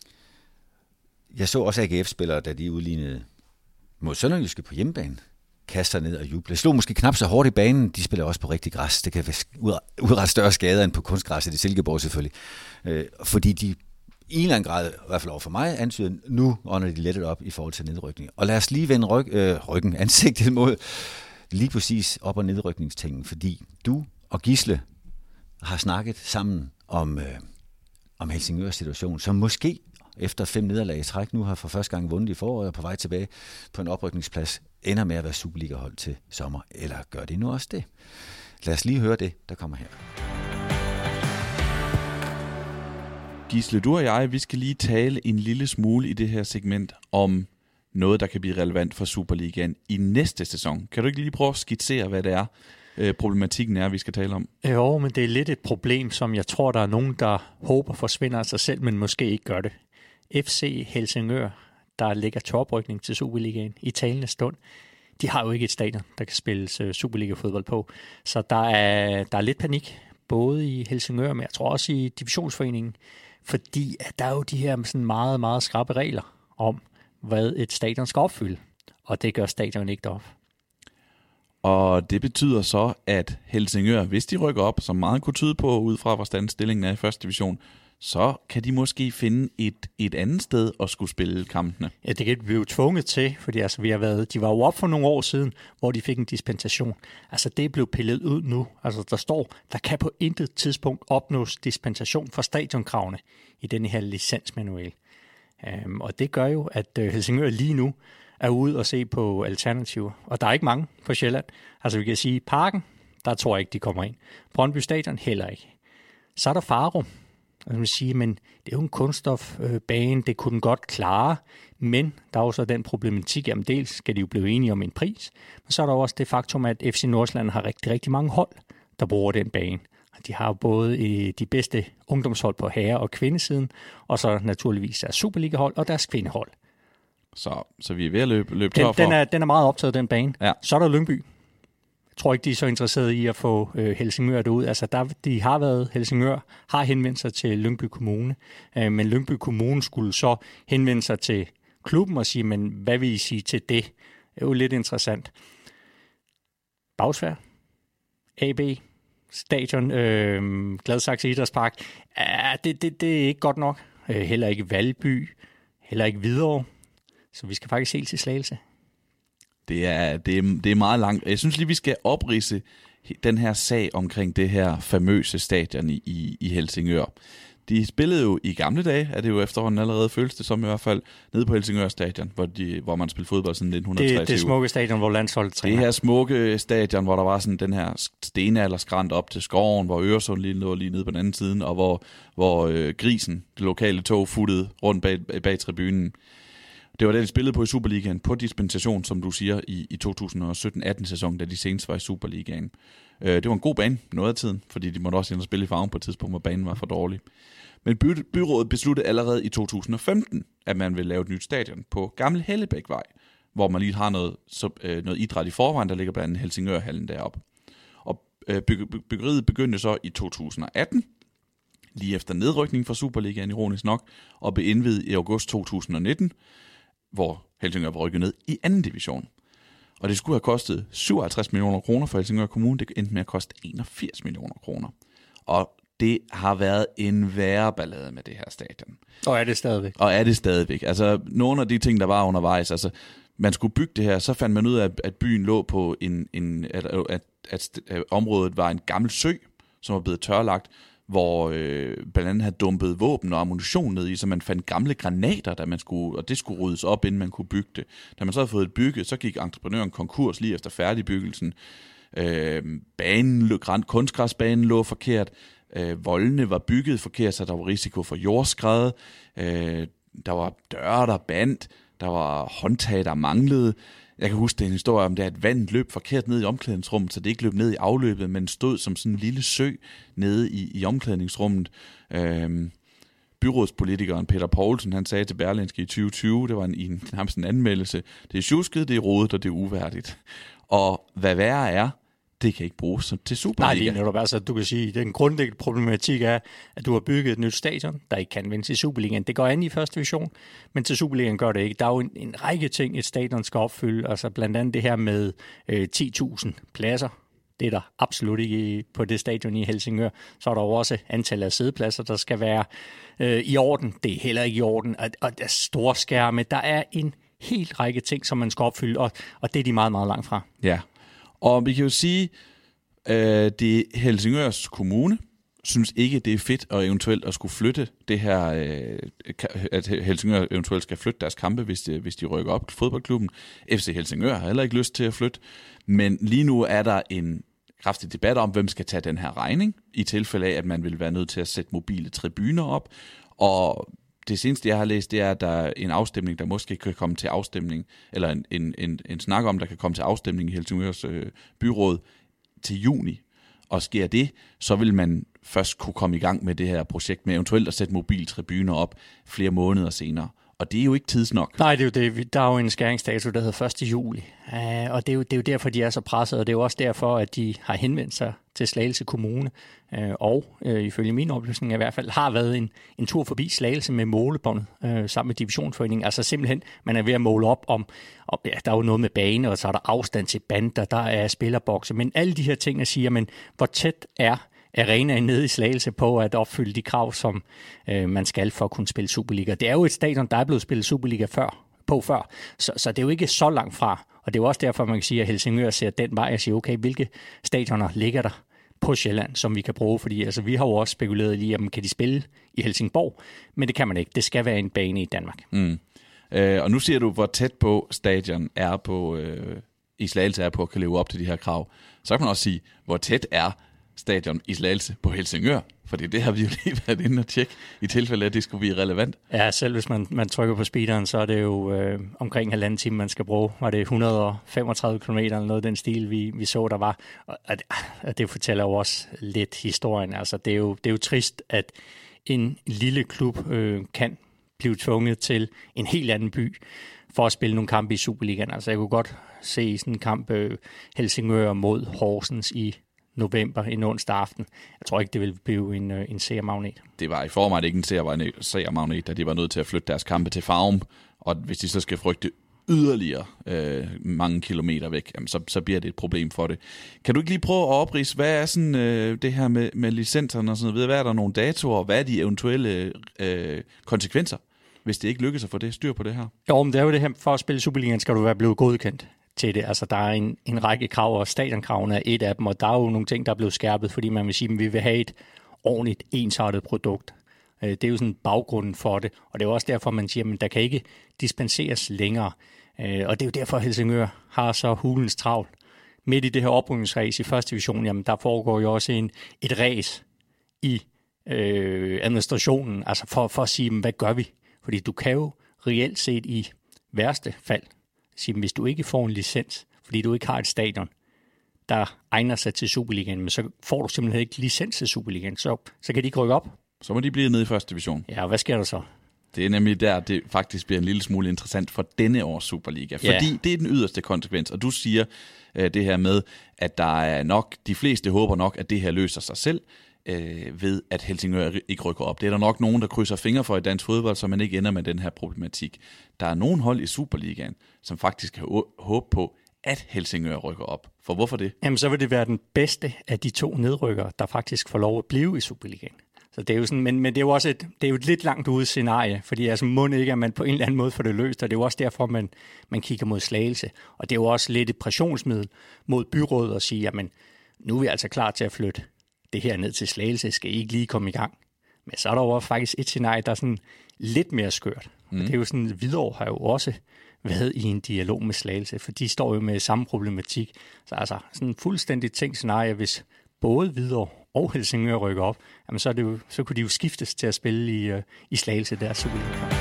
Jeg så også AGF-spillere, da de udlignede mod Sønderjyske på hjemmebane, kaster ned og jubler. Slog måske knap så hårdt i banen, de spiller også på rigtig græs. Det kan udrette større skader end på kunstgræsset i Silkeborg selvfølgelig. Fordi de i en eller anden grad, i hvert fald over for mig, antyder, nu ånder de lettet op i forhold til nedrykning. Og lad os lige vende ryggen ansigtet mod lige præcis op- og nedrykningstingen, fordi du og Gisle har snakket sammen om Helsingørs situation, som måske efter 5 nederlag i træk nu har for første gang vundet i foråret og på vej tilbage på en oprykningsplads, ender med at være Superliga-hold til sommer. Eller gør de nu også det? Lad os lige høre det, der kommer her. Gisle, du og jeg, vi skal lige tale en lille smule i det her segment om noget, der kan blive relevant for Superligaen i næste sæson. Kan du ikke lige prøve at skitsere, hvad det er, problematikken er, vi skal tale om? Jo, men det er lidt et problem, som jeg tror, der er nogen, der håber forsvinder af sig selv, men måske ikke gør det. FC Helsingør, der ligger til oprykning til Superligaen i talende stund, de har jo ikke et stadion, der kan spilles Superliga-fodbold på. Så der er lidt panik, både i Helsingør, men jeg tror også i divisionsforeningen, fordi at der er jo de her sådan meget, meget skrappe regler om, hvad et stadion skal opfylde. Og det gør stadion ikke derop. Og det betyder så, at Helsingør, hvis de rykker op, som meget kunne tyde på, ud fra hvordan stillingen er i første division, så kan de måske finde et andet sted at skulle spille kampene. Ja, det kan vi jo tvunget til, fordi altså, de var jo op for nogle år siden, hvor de fik en dispensation. Altså det er blevet pillet ud nu. Altså der står, der kan på intet tidspunkt opnås dispensation for stadionkravene i denne her licensmanual. Og det gør jo, at Helsingør lige nu er ude og se på alternativer. Og der er ikke mange på Sjælland. Altså vi kan sige, Parken, der tror jeg ikke, de kommer ind. Brøndby Stadion heller ikke. Så er der Farum. Altså man siger, men det er jo en kunststofbane, det kunne den godt klare, men der er jo så den problematik, jamen dels skal de jo blive enige om en pris, men så er der også det faktum, at FC Nordsjælland har rigtig, rigtig mange hold, der bruger den bane. De har både de bedste ungdomshold på herre- og kvindesiden, og så naturligvis deres Superliga-hold og deres kvindehold. Så vi er ved at løbe tør for. Den er meget optaget, den bane. Ja. Så er der Lyngby. Jeg tror ikke, de er så interesserede i at få Helsingør derud. Altså, de har været Helsingør, har henvendt sig til Lyngby Kommune, men Lyngby Kommune skulle så henvende sig til klubben og sige, men hvad vil I sige til det? Det er jo lidt interessant. Bagsværd, AB, stadion, Gladsaxe Idrætspark, det er ikke godt nok. Heller ikke Valby, heller ikke Hvidovre. Så vi skal faktisk helt til Slagelse. Det er meget langt. Jeg synes lige, vi skal opridse den her sag omkring det her famøse stadion i Helsingør. De spillede jo i gamle dage, er det jo efterhånden allerede, føles det som i hvert fald, nede på Helsingør Stadion, hvor man spillede fodbold siden 1923. Det smukke stadion, hvor landsholdet træner. Det her smukke stadion, hvor der var sådan den her stenalderskrant op til skoven, hvor Øresund lå lige nede på den anden side, og hvor Grisen, det lokale tog, futtede rundt bag tribunen. Det var det, de spillede på i Superligaen, på dispensation, som du siger, i 2017-18 sæson, da de senest var i Superligaen. Det var en god bane noget af tiden, fordi de måtte også ind og spille i Farven på et tidspunkt, hvor banen var for dårlig. Men byrådet besluttede allerede i 2015, at man ville lave et nyt stadion på Gammel Hellebækvej, hvor man lige har noget idræt i forvejen, der ligger blandt andet Helsingørhallen deroppe. Og byggeriet begyndte så i 2018, lige efter nedrykningen fra Superligaen, ironisk nok, og blev indviet i august 2019, hvor Helsingør var rykket ned i anden division. Og det skulle have kostet 57 millioner kroner for Helsingør Kommune. Det endte med at koste 81 millioner kroner. Og det har været en værre ballade med det her stadion. Og er det stadigvæk. Altså, nogle af de ting, der var undervejs, altså, man skulle bygge det her, så fandt man ud af, at byen lå på at området var en gammel sø, som var blevet tørlagt, hvor blandt andet havde dumpet våben og ammunition ned i, så man fandt gamle granater, og det skulle ryddes op, inden man kunne bygge det. Da man så havde fået det bygget, så gik entreprenøren konkurs lige efter færdigbyggelsen. Kunstgræsbanen lå forkert. Voldene var bygget forkert, så der var risiko for jordskred. Der var døre, der bandt. Der var håndtag, der manglede. Jeg kan huske, det er en historie om, at vandet løb forkert ned i omklædningsrummet, så det ikke løb ned i afløbet, men stod som sådan en lille sø nede i omklædningsrummet. Byrådspolitikeren Peter Poulsen, han sagde til Berlingske i 2020, det var nærmest en anmeldelse, det er sjusket, det er rodet, og det er uværdigt. Og hvad værre er, det kan ikke bruges til Superliga. Nej, det er altså, du kan sige, den grundlæggende problematik er, at du har bygget et nyt stadion, der ikke kan vendes i Superligaen. Det går an i første division, men til Superligaen gør det ikke. Der er jo en række ting, et stadion skal opfylde, altså blandt andet det her med 10.000 pladser. Det er der absolut ikke på det stadion i Helsingør. Så er der jo også antallet af sædepladser, der skal være i orden. Det er heller ikke i orden. Og der er store skærme. Der er en hel række ting, som man skal opfylde, og det er de meget, meget langt fra. Ja. Og vi kan jo sige, at det Helsingørs Kommune synes ikke, det er fedt at eventuelt at skulle flytte det her, at Helsingør eventuelt skal flytte deres kampe, hvis de rykker op til fodboldklubben. FC Helsingør har heller ikke lyst til at flytte, men lige nu er der en kraftig debat om, hvem skal tage den her regning, i tilfælde af, at man vil være nødt til at sætte mobile tribuner op. Og det seneste, jeg har læst, det er, at der er en afstemning, der måske kan komme til afstemning, eller en snak om, der kan komme til afstemning i Helsingørs byråd til juni. Og sker det, så vil man først kunne komme i gang med det her projekt med eventuelt at sætte mobiltribuner op flere måneder senere. Og det er jo ikke tidsnok. Nej, det er jo det. Der er jo en skæringsdato, der hedder 1. juli. Og det er jo derfor, de er så presset, og det er jo også derfor, at de har henvendt sig til Slagelse Kommune, og ifølge min oplysning i hvert fald, har været en tur forbi Slagelse med målebåndet sammen med divisionsforeningen. Altså simpelthen, man er ved at måle op om ja, der er jo noget med bane, og så er der afstand til bander, der er spillerbokse, men alle de her ting, siger, men hvor tæt er arenaen nede i Slagelse på at opfylde de krav, som man skal for at kunne spille Superliga. Det er jo et stadion, der er blevet spillet Superliga før, så det er jo ikke så langt fra. Og det er jo også derfor, man kan sige, at Helsingør ser den vej og siger, okay, hvilke stadioner ligger der på Sjælland, som vi kan bruge? Fordi altså, vi har jo også spekuleret i, om kan de spille i Helsingborg, men det kan man ikke. Det skal være en bane i Danmark. Og nu siger du, hvor tæt på stadion er på i Slagelse er på at kan leve op til de her krav. Så kan man også sige, hvor tæt er stadion i Slagelse på Helsingør, fordi det har vi jo lige været inde og tjekke, i tilfælde af, at det skulle blive relevant. Ja, selv hvis man trykker på speederen, så er det jo omkring 1,5 time, man skal bruge. Var det 135 km eller noget den stil, vi så, der var. Og det fortæller jo også lidt historien. Altså, det er jo trist, at en lille klub kan blive tvunget til en helt anden by for at spille nogle kampe i Superligaen. Altså, jeg kunne godt se sådan en kamp Helsingør mod Horsens i november, en onsdag aften. Jeg tror ikke, det vil blive en seermagnet. Det var i forvejen ikke en seermagnet, da de var nødt til at flytte deres kampe til Farum, og hvis de så skal frygte yderligere mange kilometer væk, jamen, så bliver det et problem for det. Kan du ikke lige prøve at opridse, hvad er sådan, det her med licenserne og sådan noget? Hvad er der nogle datoer, hvad er de eventuelle konsekvenser, hvis det ikke lykkes at få det styr på det her? Jo, men det er jo det her, for at spille Superligaen skal du være blevet godkendt til det. Altså, der er en række krav, og stadionkravene er et af dem, og der er jo nogle ting, der er blevet skærpet, fordi man vil sige, at vi vil have et ordentligt ensartet produkt. Det er jo sådan baggrunden for det, og det er jo også derfor, man siger, at der kan ikke dispenseres længere. Og det er jo derfor, Helsingør har så hulens travlt. Midt i det her oprykningsrace i første division, jamen der foregår jo også et race i administrationen, altså for at sige, hvad gør vi? Fordi du kan jo reelt set i værste fald sige, hvis du ikke får en licens, fordi du ikke har et stadion, der egner sig til Superligaen, men så får du simpelthen ikke licens til Superligaen, så kan de ikke rykke op. Så må de blive nede i første division. Ja, og hvad sker der så? Det er nemlig der, det faktisk bliver en lille smule interessant for denne års Superliga. Fordi det er den yderste konsekvens. Og du siger det her med, at der er nok, de fleste håber nok, at det her løser sig selv, ved at Helsingør ikke rykker op. Det er der nok nogen, der krydser fingre for i dansk fodbold, så man ikke ender med den her problematik. Der er nogen hold i Superligaen, som faktisk har håb på, at Helsingør rykker op. For hvorfor det? Jamen, så vil det være den bedste af de 2 nedrykkere, der faktisk får lov at blive i Superligaen. Så det er jo sådan, men det er jo også et lidt langt ude scenarie, fordi altså må ikke, at man på en eller anden måde får det løst, og det er jo også derfor, man kigger mod Slagelse. Og det er jo også lidt et pressionsmiddel mod byrådet at sige, jamen nu er vi altså klar til at flytte det her ned til Slagelse, skal I ikke lige komme i gang. Men så er der jo faktisk et scenarie, der er sådan lidt mere skørt. Og det er jo sådan, Hvidovre har jo også været i en dialog med Slagelse, for de står jo med samme problematik. Så altså sådan en fuldstændig tænkt scenarie, hvis både Hvidovre og Helsingør rykker op, jamen så kunne de jo skiftes til at spille i Slagelse der Superliga.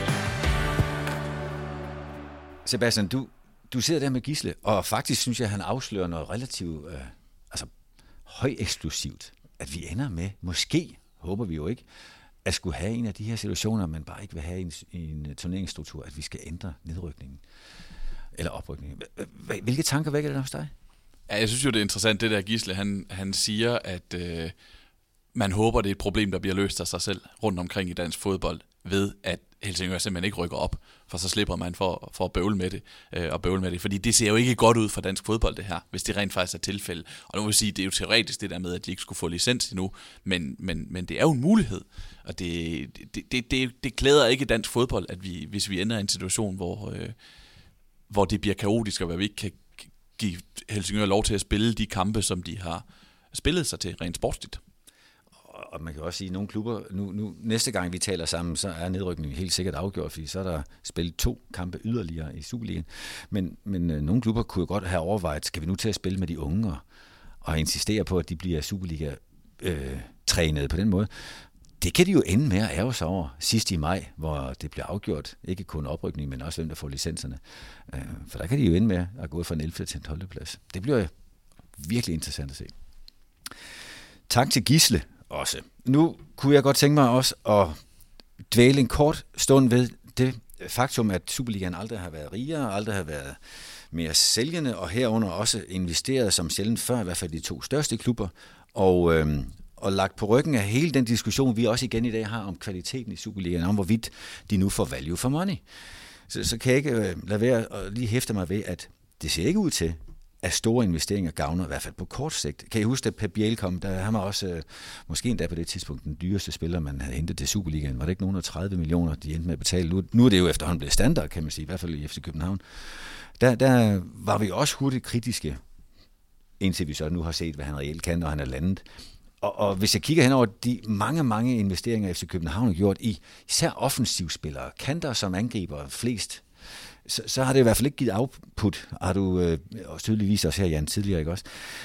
Sebastian, du sidder der med Gisle, og faktisk synes jeg, at han afslører noget relativt højeksplosivt, at vi ender med, måske, håber vi jo ikke, at skulle have en af de her situationer, man bare ikke vil have i en turneringsstruktur, at vi skal ændre nedrykningen eller oprykningen. Hvilke tanker vækker det hos dig? Ja, jeg synes jo, det er interessant, det der Gisle, han siger, at man håber, det er et problem, der bliver løst af sig selv rundt omkring i dansk fodbold, ved at Helsingør simpelthen ikke rykker op, for så slipper man for at bøvle med det, fordi det ser jo ikke godt ud for dansk fodbold, det her, hvis det rent faktisk er tilfælde. Og nu vil jeg sige, det er jo teoretisk det der med, at de ikke skulle få licens endnu, men det er jo en mulighed, og det klæder ikke dansk fodbold, at hvis vi ender i en situation, hvor det bliver kaotisk, og hvor vi ikke kan give Helsingør lov til at spille de kampe, som de har spillet sig til rent sportsligt. Og man kan også sige, at nogle klubber, nu næste gang vi taler sammen, så er nedrykningen helt sikkert afgjort, fordi så er der spillet 2 kampe yderligere i Superligaen. Men nogle klubber kunne jo godt have overvejet, skal vi nu til at spille med de unge og insistere på, at de bliver Superliga-trænet på den måde. Det kan de jo ende med at ærge sig over sidst i maj, hvor det bliver afgjort, ikke kun oprykning, men også hvem der får licenserne. For der kan de jo ende med at gå fra en 11. til en 12. plads. Det bliver virkelig interessant at se. Tak til Gisle også. Nu kunne jeg godt tænke mig også at dvæle en kort stund ved det faktum, at Superligaen aldrig har været rigere, aldrig har været mere sælgende, og herunder også investeret som sjældent før, i hvert fald de 2 største klubber, og lagt på ryggen af hele den diskussion, vi også igen i dag har om kvaliteten i Superligaen, om hvorvidt de nu får value for money. Så kan jeg ikke lade være at lige hæfte mig ved, at det ser ikke ud til, at store investeringer gavner, i hvert fald på kort sigt. Kan I huske, at Pep Biel kom, der han var også, måske endda på det tidspunkt, den dyreste spiller, man havde hentet til Superligaen. Var det ikke nogen af 30 millioner, de endte med at betale? Nu er det jo efterhånden blevet standard, kan man sige, i hvert fald i FC København. Der var vi også hurtigt kritiske, indtil vi så nu har set, hvad han reelt kan, når han er landet. Og hvis jeg kigger hen over de mange investeringer, FC København har gjort i især offensivspillere, kanter som angriber flest, så har det i hvert fald ikke givet output, har du tydeligvis også her, Jan, tidligere, ikke også?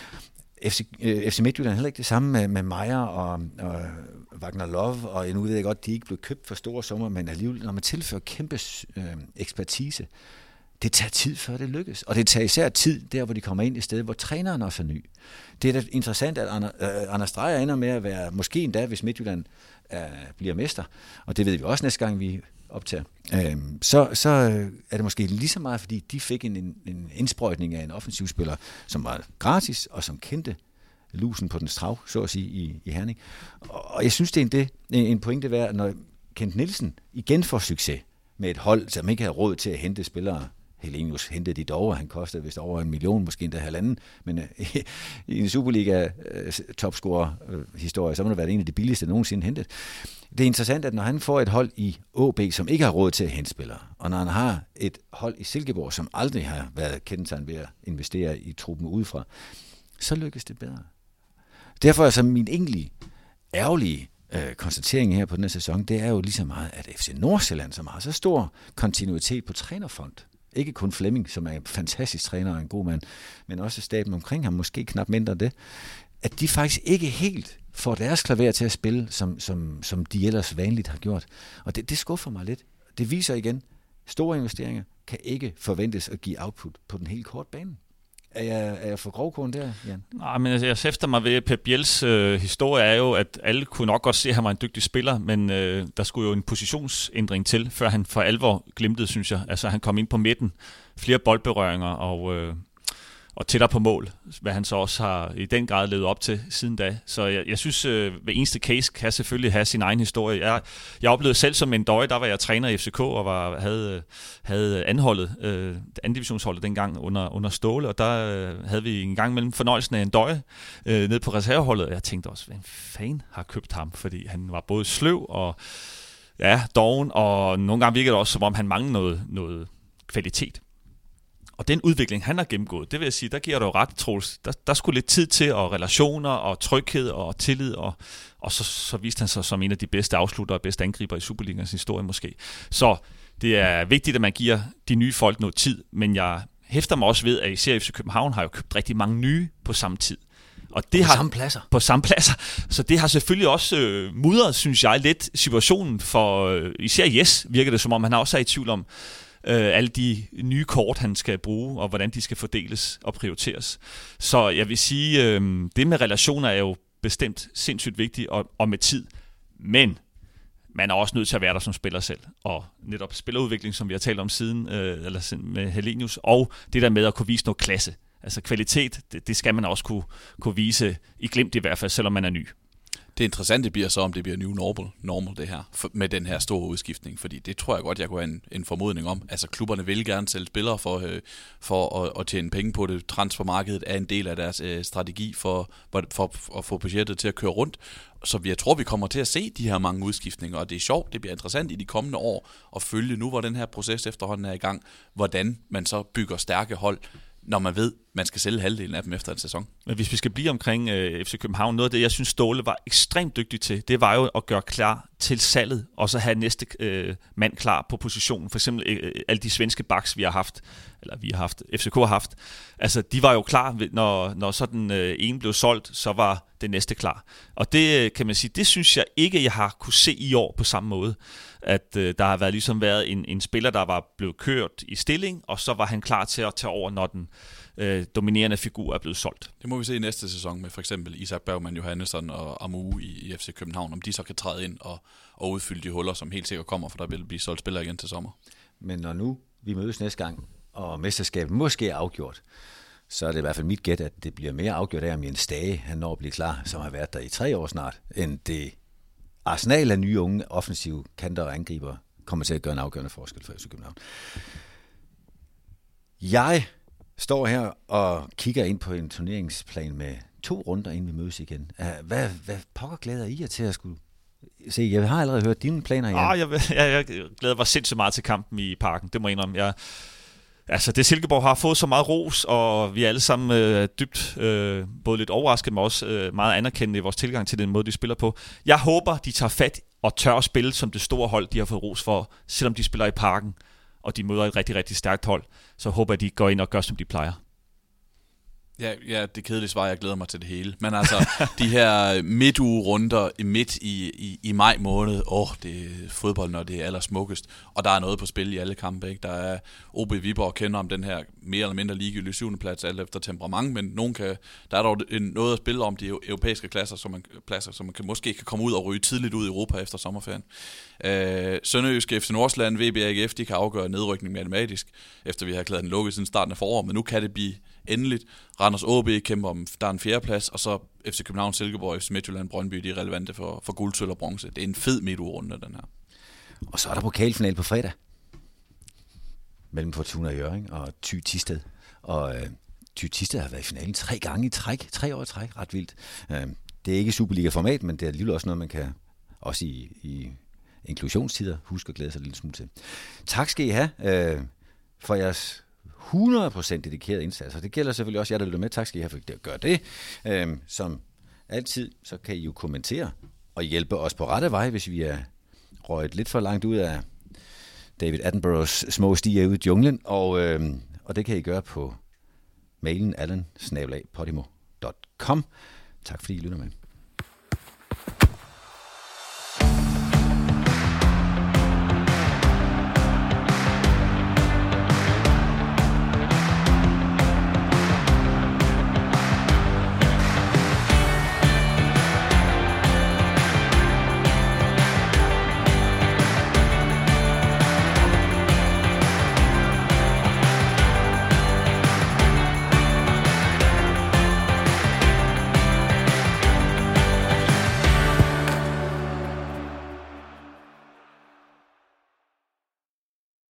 FC Midtjylland er heller ikke det samme med Meyer og Wagner Love, og nu ved jeg godt, de ikke blev købt for store summer, men alligevel, når man tilfører kæmpe ekspertise, det tager tid, før det lykkes. Og det tager især tid, der hvor de kommer ind i stedet, hvor træneren også er ny. Det er da interessant, at Anders Dreyer ender med at være, måske endda, hvis Midtjylland bliver mester, og det ved vi også næste gang, vi optager, så er det måske lige så meget, fordi de fik en indsprøjtning af en offensivspiller, som var gratis, og som kendte lusen på den strav, så at sige, i Herning. Og jeg synes, det er en pointe værd, når Kent Nielsen igen får succes med et hold, som ikke havde råd til at hente spillere Helenius hentede de dog, han kostede vist over 1 million, måske endda 1,5, men i en Superliga-topscorer-historie, så må det være en af de billigste nogensinde hentet. Det er interessant, at når han får et hold i AB, som ikke har råd til at hente spillere, og når han har et hold i Silkeborg, som aldrig har været kendetegnet ved at investere i truppen udefra, så lykkes det bedre. Derfor er så min egentlig ærgerlige konstatering her på den her sæson, det er jo lige så meget, at FC Nordsjælland, som har så stor kontinuitet på trænerfront, ikke kun Flemming, som er en fantastisk træner og en god mand, men også staben omkring ham, måske knap mindre det, at de faktisk ikke helt får deres klaver til at spille, som de ellers vanligt har gjort. Og det skuffer mig lidt. Det viser igen, store investeringer kan ikke forventes at give output på den helt korte bane. Er jeg for grovkorn der, Jan? Nej, men jeg hæfter mig ved, Pep Biels historie er jo, at alle kunne nok godt se, at han var en dygtig spiller, men der skulle jo en positionsændring til, før han for alvor glimtede, synes jeg. Altså, han kom ind på midten, flere boldberøringer og tættere på mål, hvad han så også har i den grad levet op til siden da. Så jeg synes, hver eneste case kan selvfølgelig have sin egen historie. Jeg oplevede selv som en døje, der var jeg træner i FCK og havde anholdet, anden divisionsholdet dengang under Ståle, og der havde vi en gang mellem fornøjelsen af en døje ned på reserveholdet, og jeg tænkte også, hvem fanden har købt ham? Fordi han var både sløv og doven, og nogle gange virkede det også, som om han manglede noget kvalitet. Og den udvikling, han har gennemgået, det vil jeg sige, der giver du jo ret, Troels. Der skulle lidt tid til, og relationer, og tryghed, og tillid, og så viste han sig som en af de bedste afslutter og bedste angriber i Superligans historie måske. Så det er vigtigt, at man giver de nye folk noget tid, men jeg hæfter mig også ved, at især FC København har jo købt rigtig mange nye på samme tid. Og det på samme pladser. Så det har selvfølgelig også mudret, synes jeg, lidt situationen for især Jes, virker det som om, han også er i tvivl om, alle de nye kort, han skal bruge, og hvordan de skal fordeles og prioriteres. Så jeg vil sige, det med relationer er jo bestemt sindssygt vigtigt, og med tid. Men man er også nødt til at være der som spiller selv. Og netop spillerudvikling, som vi har talt om siden, eller med Helenius, og det der med at kunne vise noget klasse. Altså kvalitet, det skal man også kunne vise, i glimt i hvert fald, selvom man er ny. Det interessante bliver så, om det bliver new normal det her, med den her store udskiftning, fordi det tror jeg godt, jeg kunne have en formodning om. Altså klubberne vil gerne sælge spillere for at tjene penge på det. Transfermarkedet er en del af deres strategi for at få budgettet til at køre rundt. Så jeg tror, vi kommer til at se de her mange udskiftninger, og det er sjovt, det bliver interessant i de kommende år at følge nu, hvor den her proces efterhånden er i gang, hvordan man så bygger stærke hold, når man ved, man skal sælge halvdelen af dem efter en sæson. Men hvis vi skal blive omkring FC København, noget af det, jeg synes Ståle var ekstremt dygtig til, det var jo at gøre klar til salget, og så have næste mand klar på positionen. For eksempel alle de svenske backs, FCK har haft. Altså, de var jo klar, når så den ene blev solgt, så var det næste klar. Og det kan man sige, det synes jeg ikke, jeg har kunne se i år på samme måde. At der har været en spiller, der var blevet kørt i stilling, og så var han klar til at tage over, når den dominerende figur er blevet solgt. Det må vi se i næste sæson med for eksempel Isak Bergman Johannesson og Amu i FC København, om de så kan træde ind og udfylde de huller, som helt sikkert kommer, for der vil blive solgt spillere igen til sommer. Men når nu vi mødes næste gang, og mesterskabet måske er afgjort, så er det i hvert fald mit gæt, at det bliver mere afgjort af, om Jens Stage, han når at blive klar, som har været der i 3 år snart, end det arsenal af nye unge offensive kanter og angriber kommer til at gøre en afgørende forskel for FC København. Jeg står her og kigger ind på en turneringsplan med 2 runder, inden vi mødes igen. Hvad pokker glæder I jer til at skulle se? Jeg har allerede hørt dine planer, Jan. Jeg glæder mig sindssygt meget til kampen i Parken, det må jeg indrømme. Det Silkeborg har fået så meget ros, og vi er alle sammen dybt både lidt overrasket, men også meget anerkendende i vores tilgang til den måde, de spiller på. Jeg håber, de tager fat og tør at spille som det store hold, de har fået ros for, selvom de spiller i Parken, og de møder et rigtig, rigtig stærkt hold. Så håber jeg, de går ind og gør, som de plejer. Ja, det kedelige svar, jeg glæder mig til det hele. Men altså, de her midtugerunder midt i maj måned, det er fodbold, når det er allersmukkest, og der er noget på spil i alle kampe, ikke? Der er OB Viborg kender om den her mere eller mindre ligegyldige 7. plads, alt efter temperament, men der er dog noget at spille om de europæiske pladser, som man måske kan komme ud og ryge tidligt ud i Europa efter sommerferien. Sønderjyske FC Nordsjælland, VB AGF, de kan afgøre nedrykning matematisk, efter vi har erklæret den lukket siden starten af foråret, men nu kan det blive endeligt. Randers AB kæmper om, der er en 4. plads, og så FC København, Silkeborg, FC Midtjylland, Brøndby, de er relevante for guld, sølv og bronze. Det er en fed midtugerunde, den her. Og så er der pokalfinale på fredag. mellem Fortuna og Hjørring og Thy Thisted. Og Thy Thisted har været i finalen 3 gange i træk, 3 år i træk, ret vildt. Det er ikke Superliga-format, men det er alligevel også noget, man kan, også i inklusionstider, huske at glæde sig en lille smule til. Tak skal I have for jeres 100% dedikerede indsats, og det gælder selvfølgelig også jer, der lytter med. Tak skal I have for at gøre det. Som altid, så kan I jo kommentere og hjælpe os på rette vej, hvis vi er røget lidt for langt ud af David Attenboroughs små stier ude i junglen, og det kan I gøre på mailen allen@podimo.com. Tak fordi I lytter med.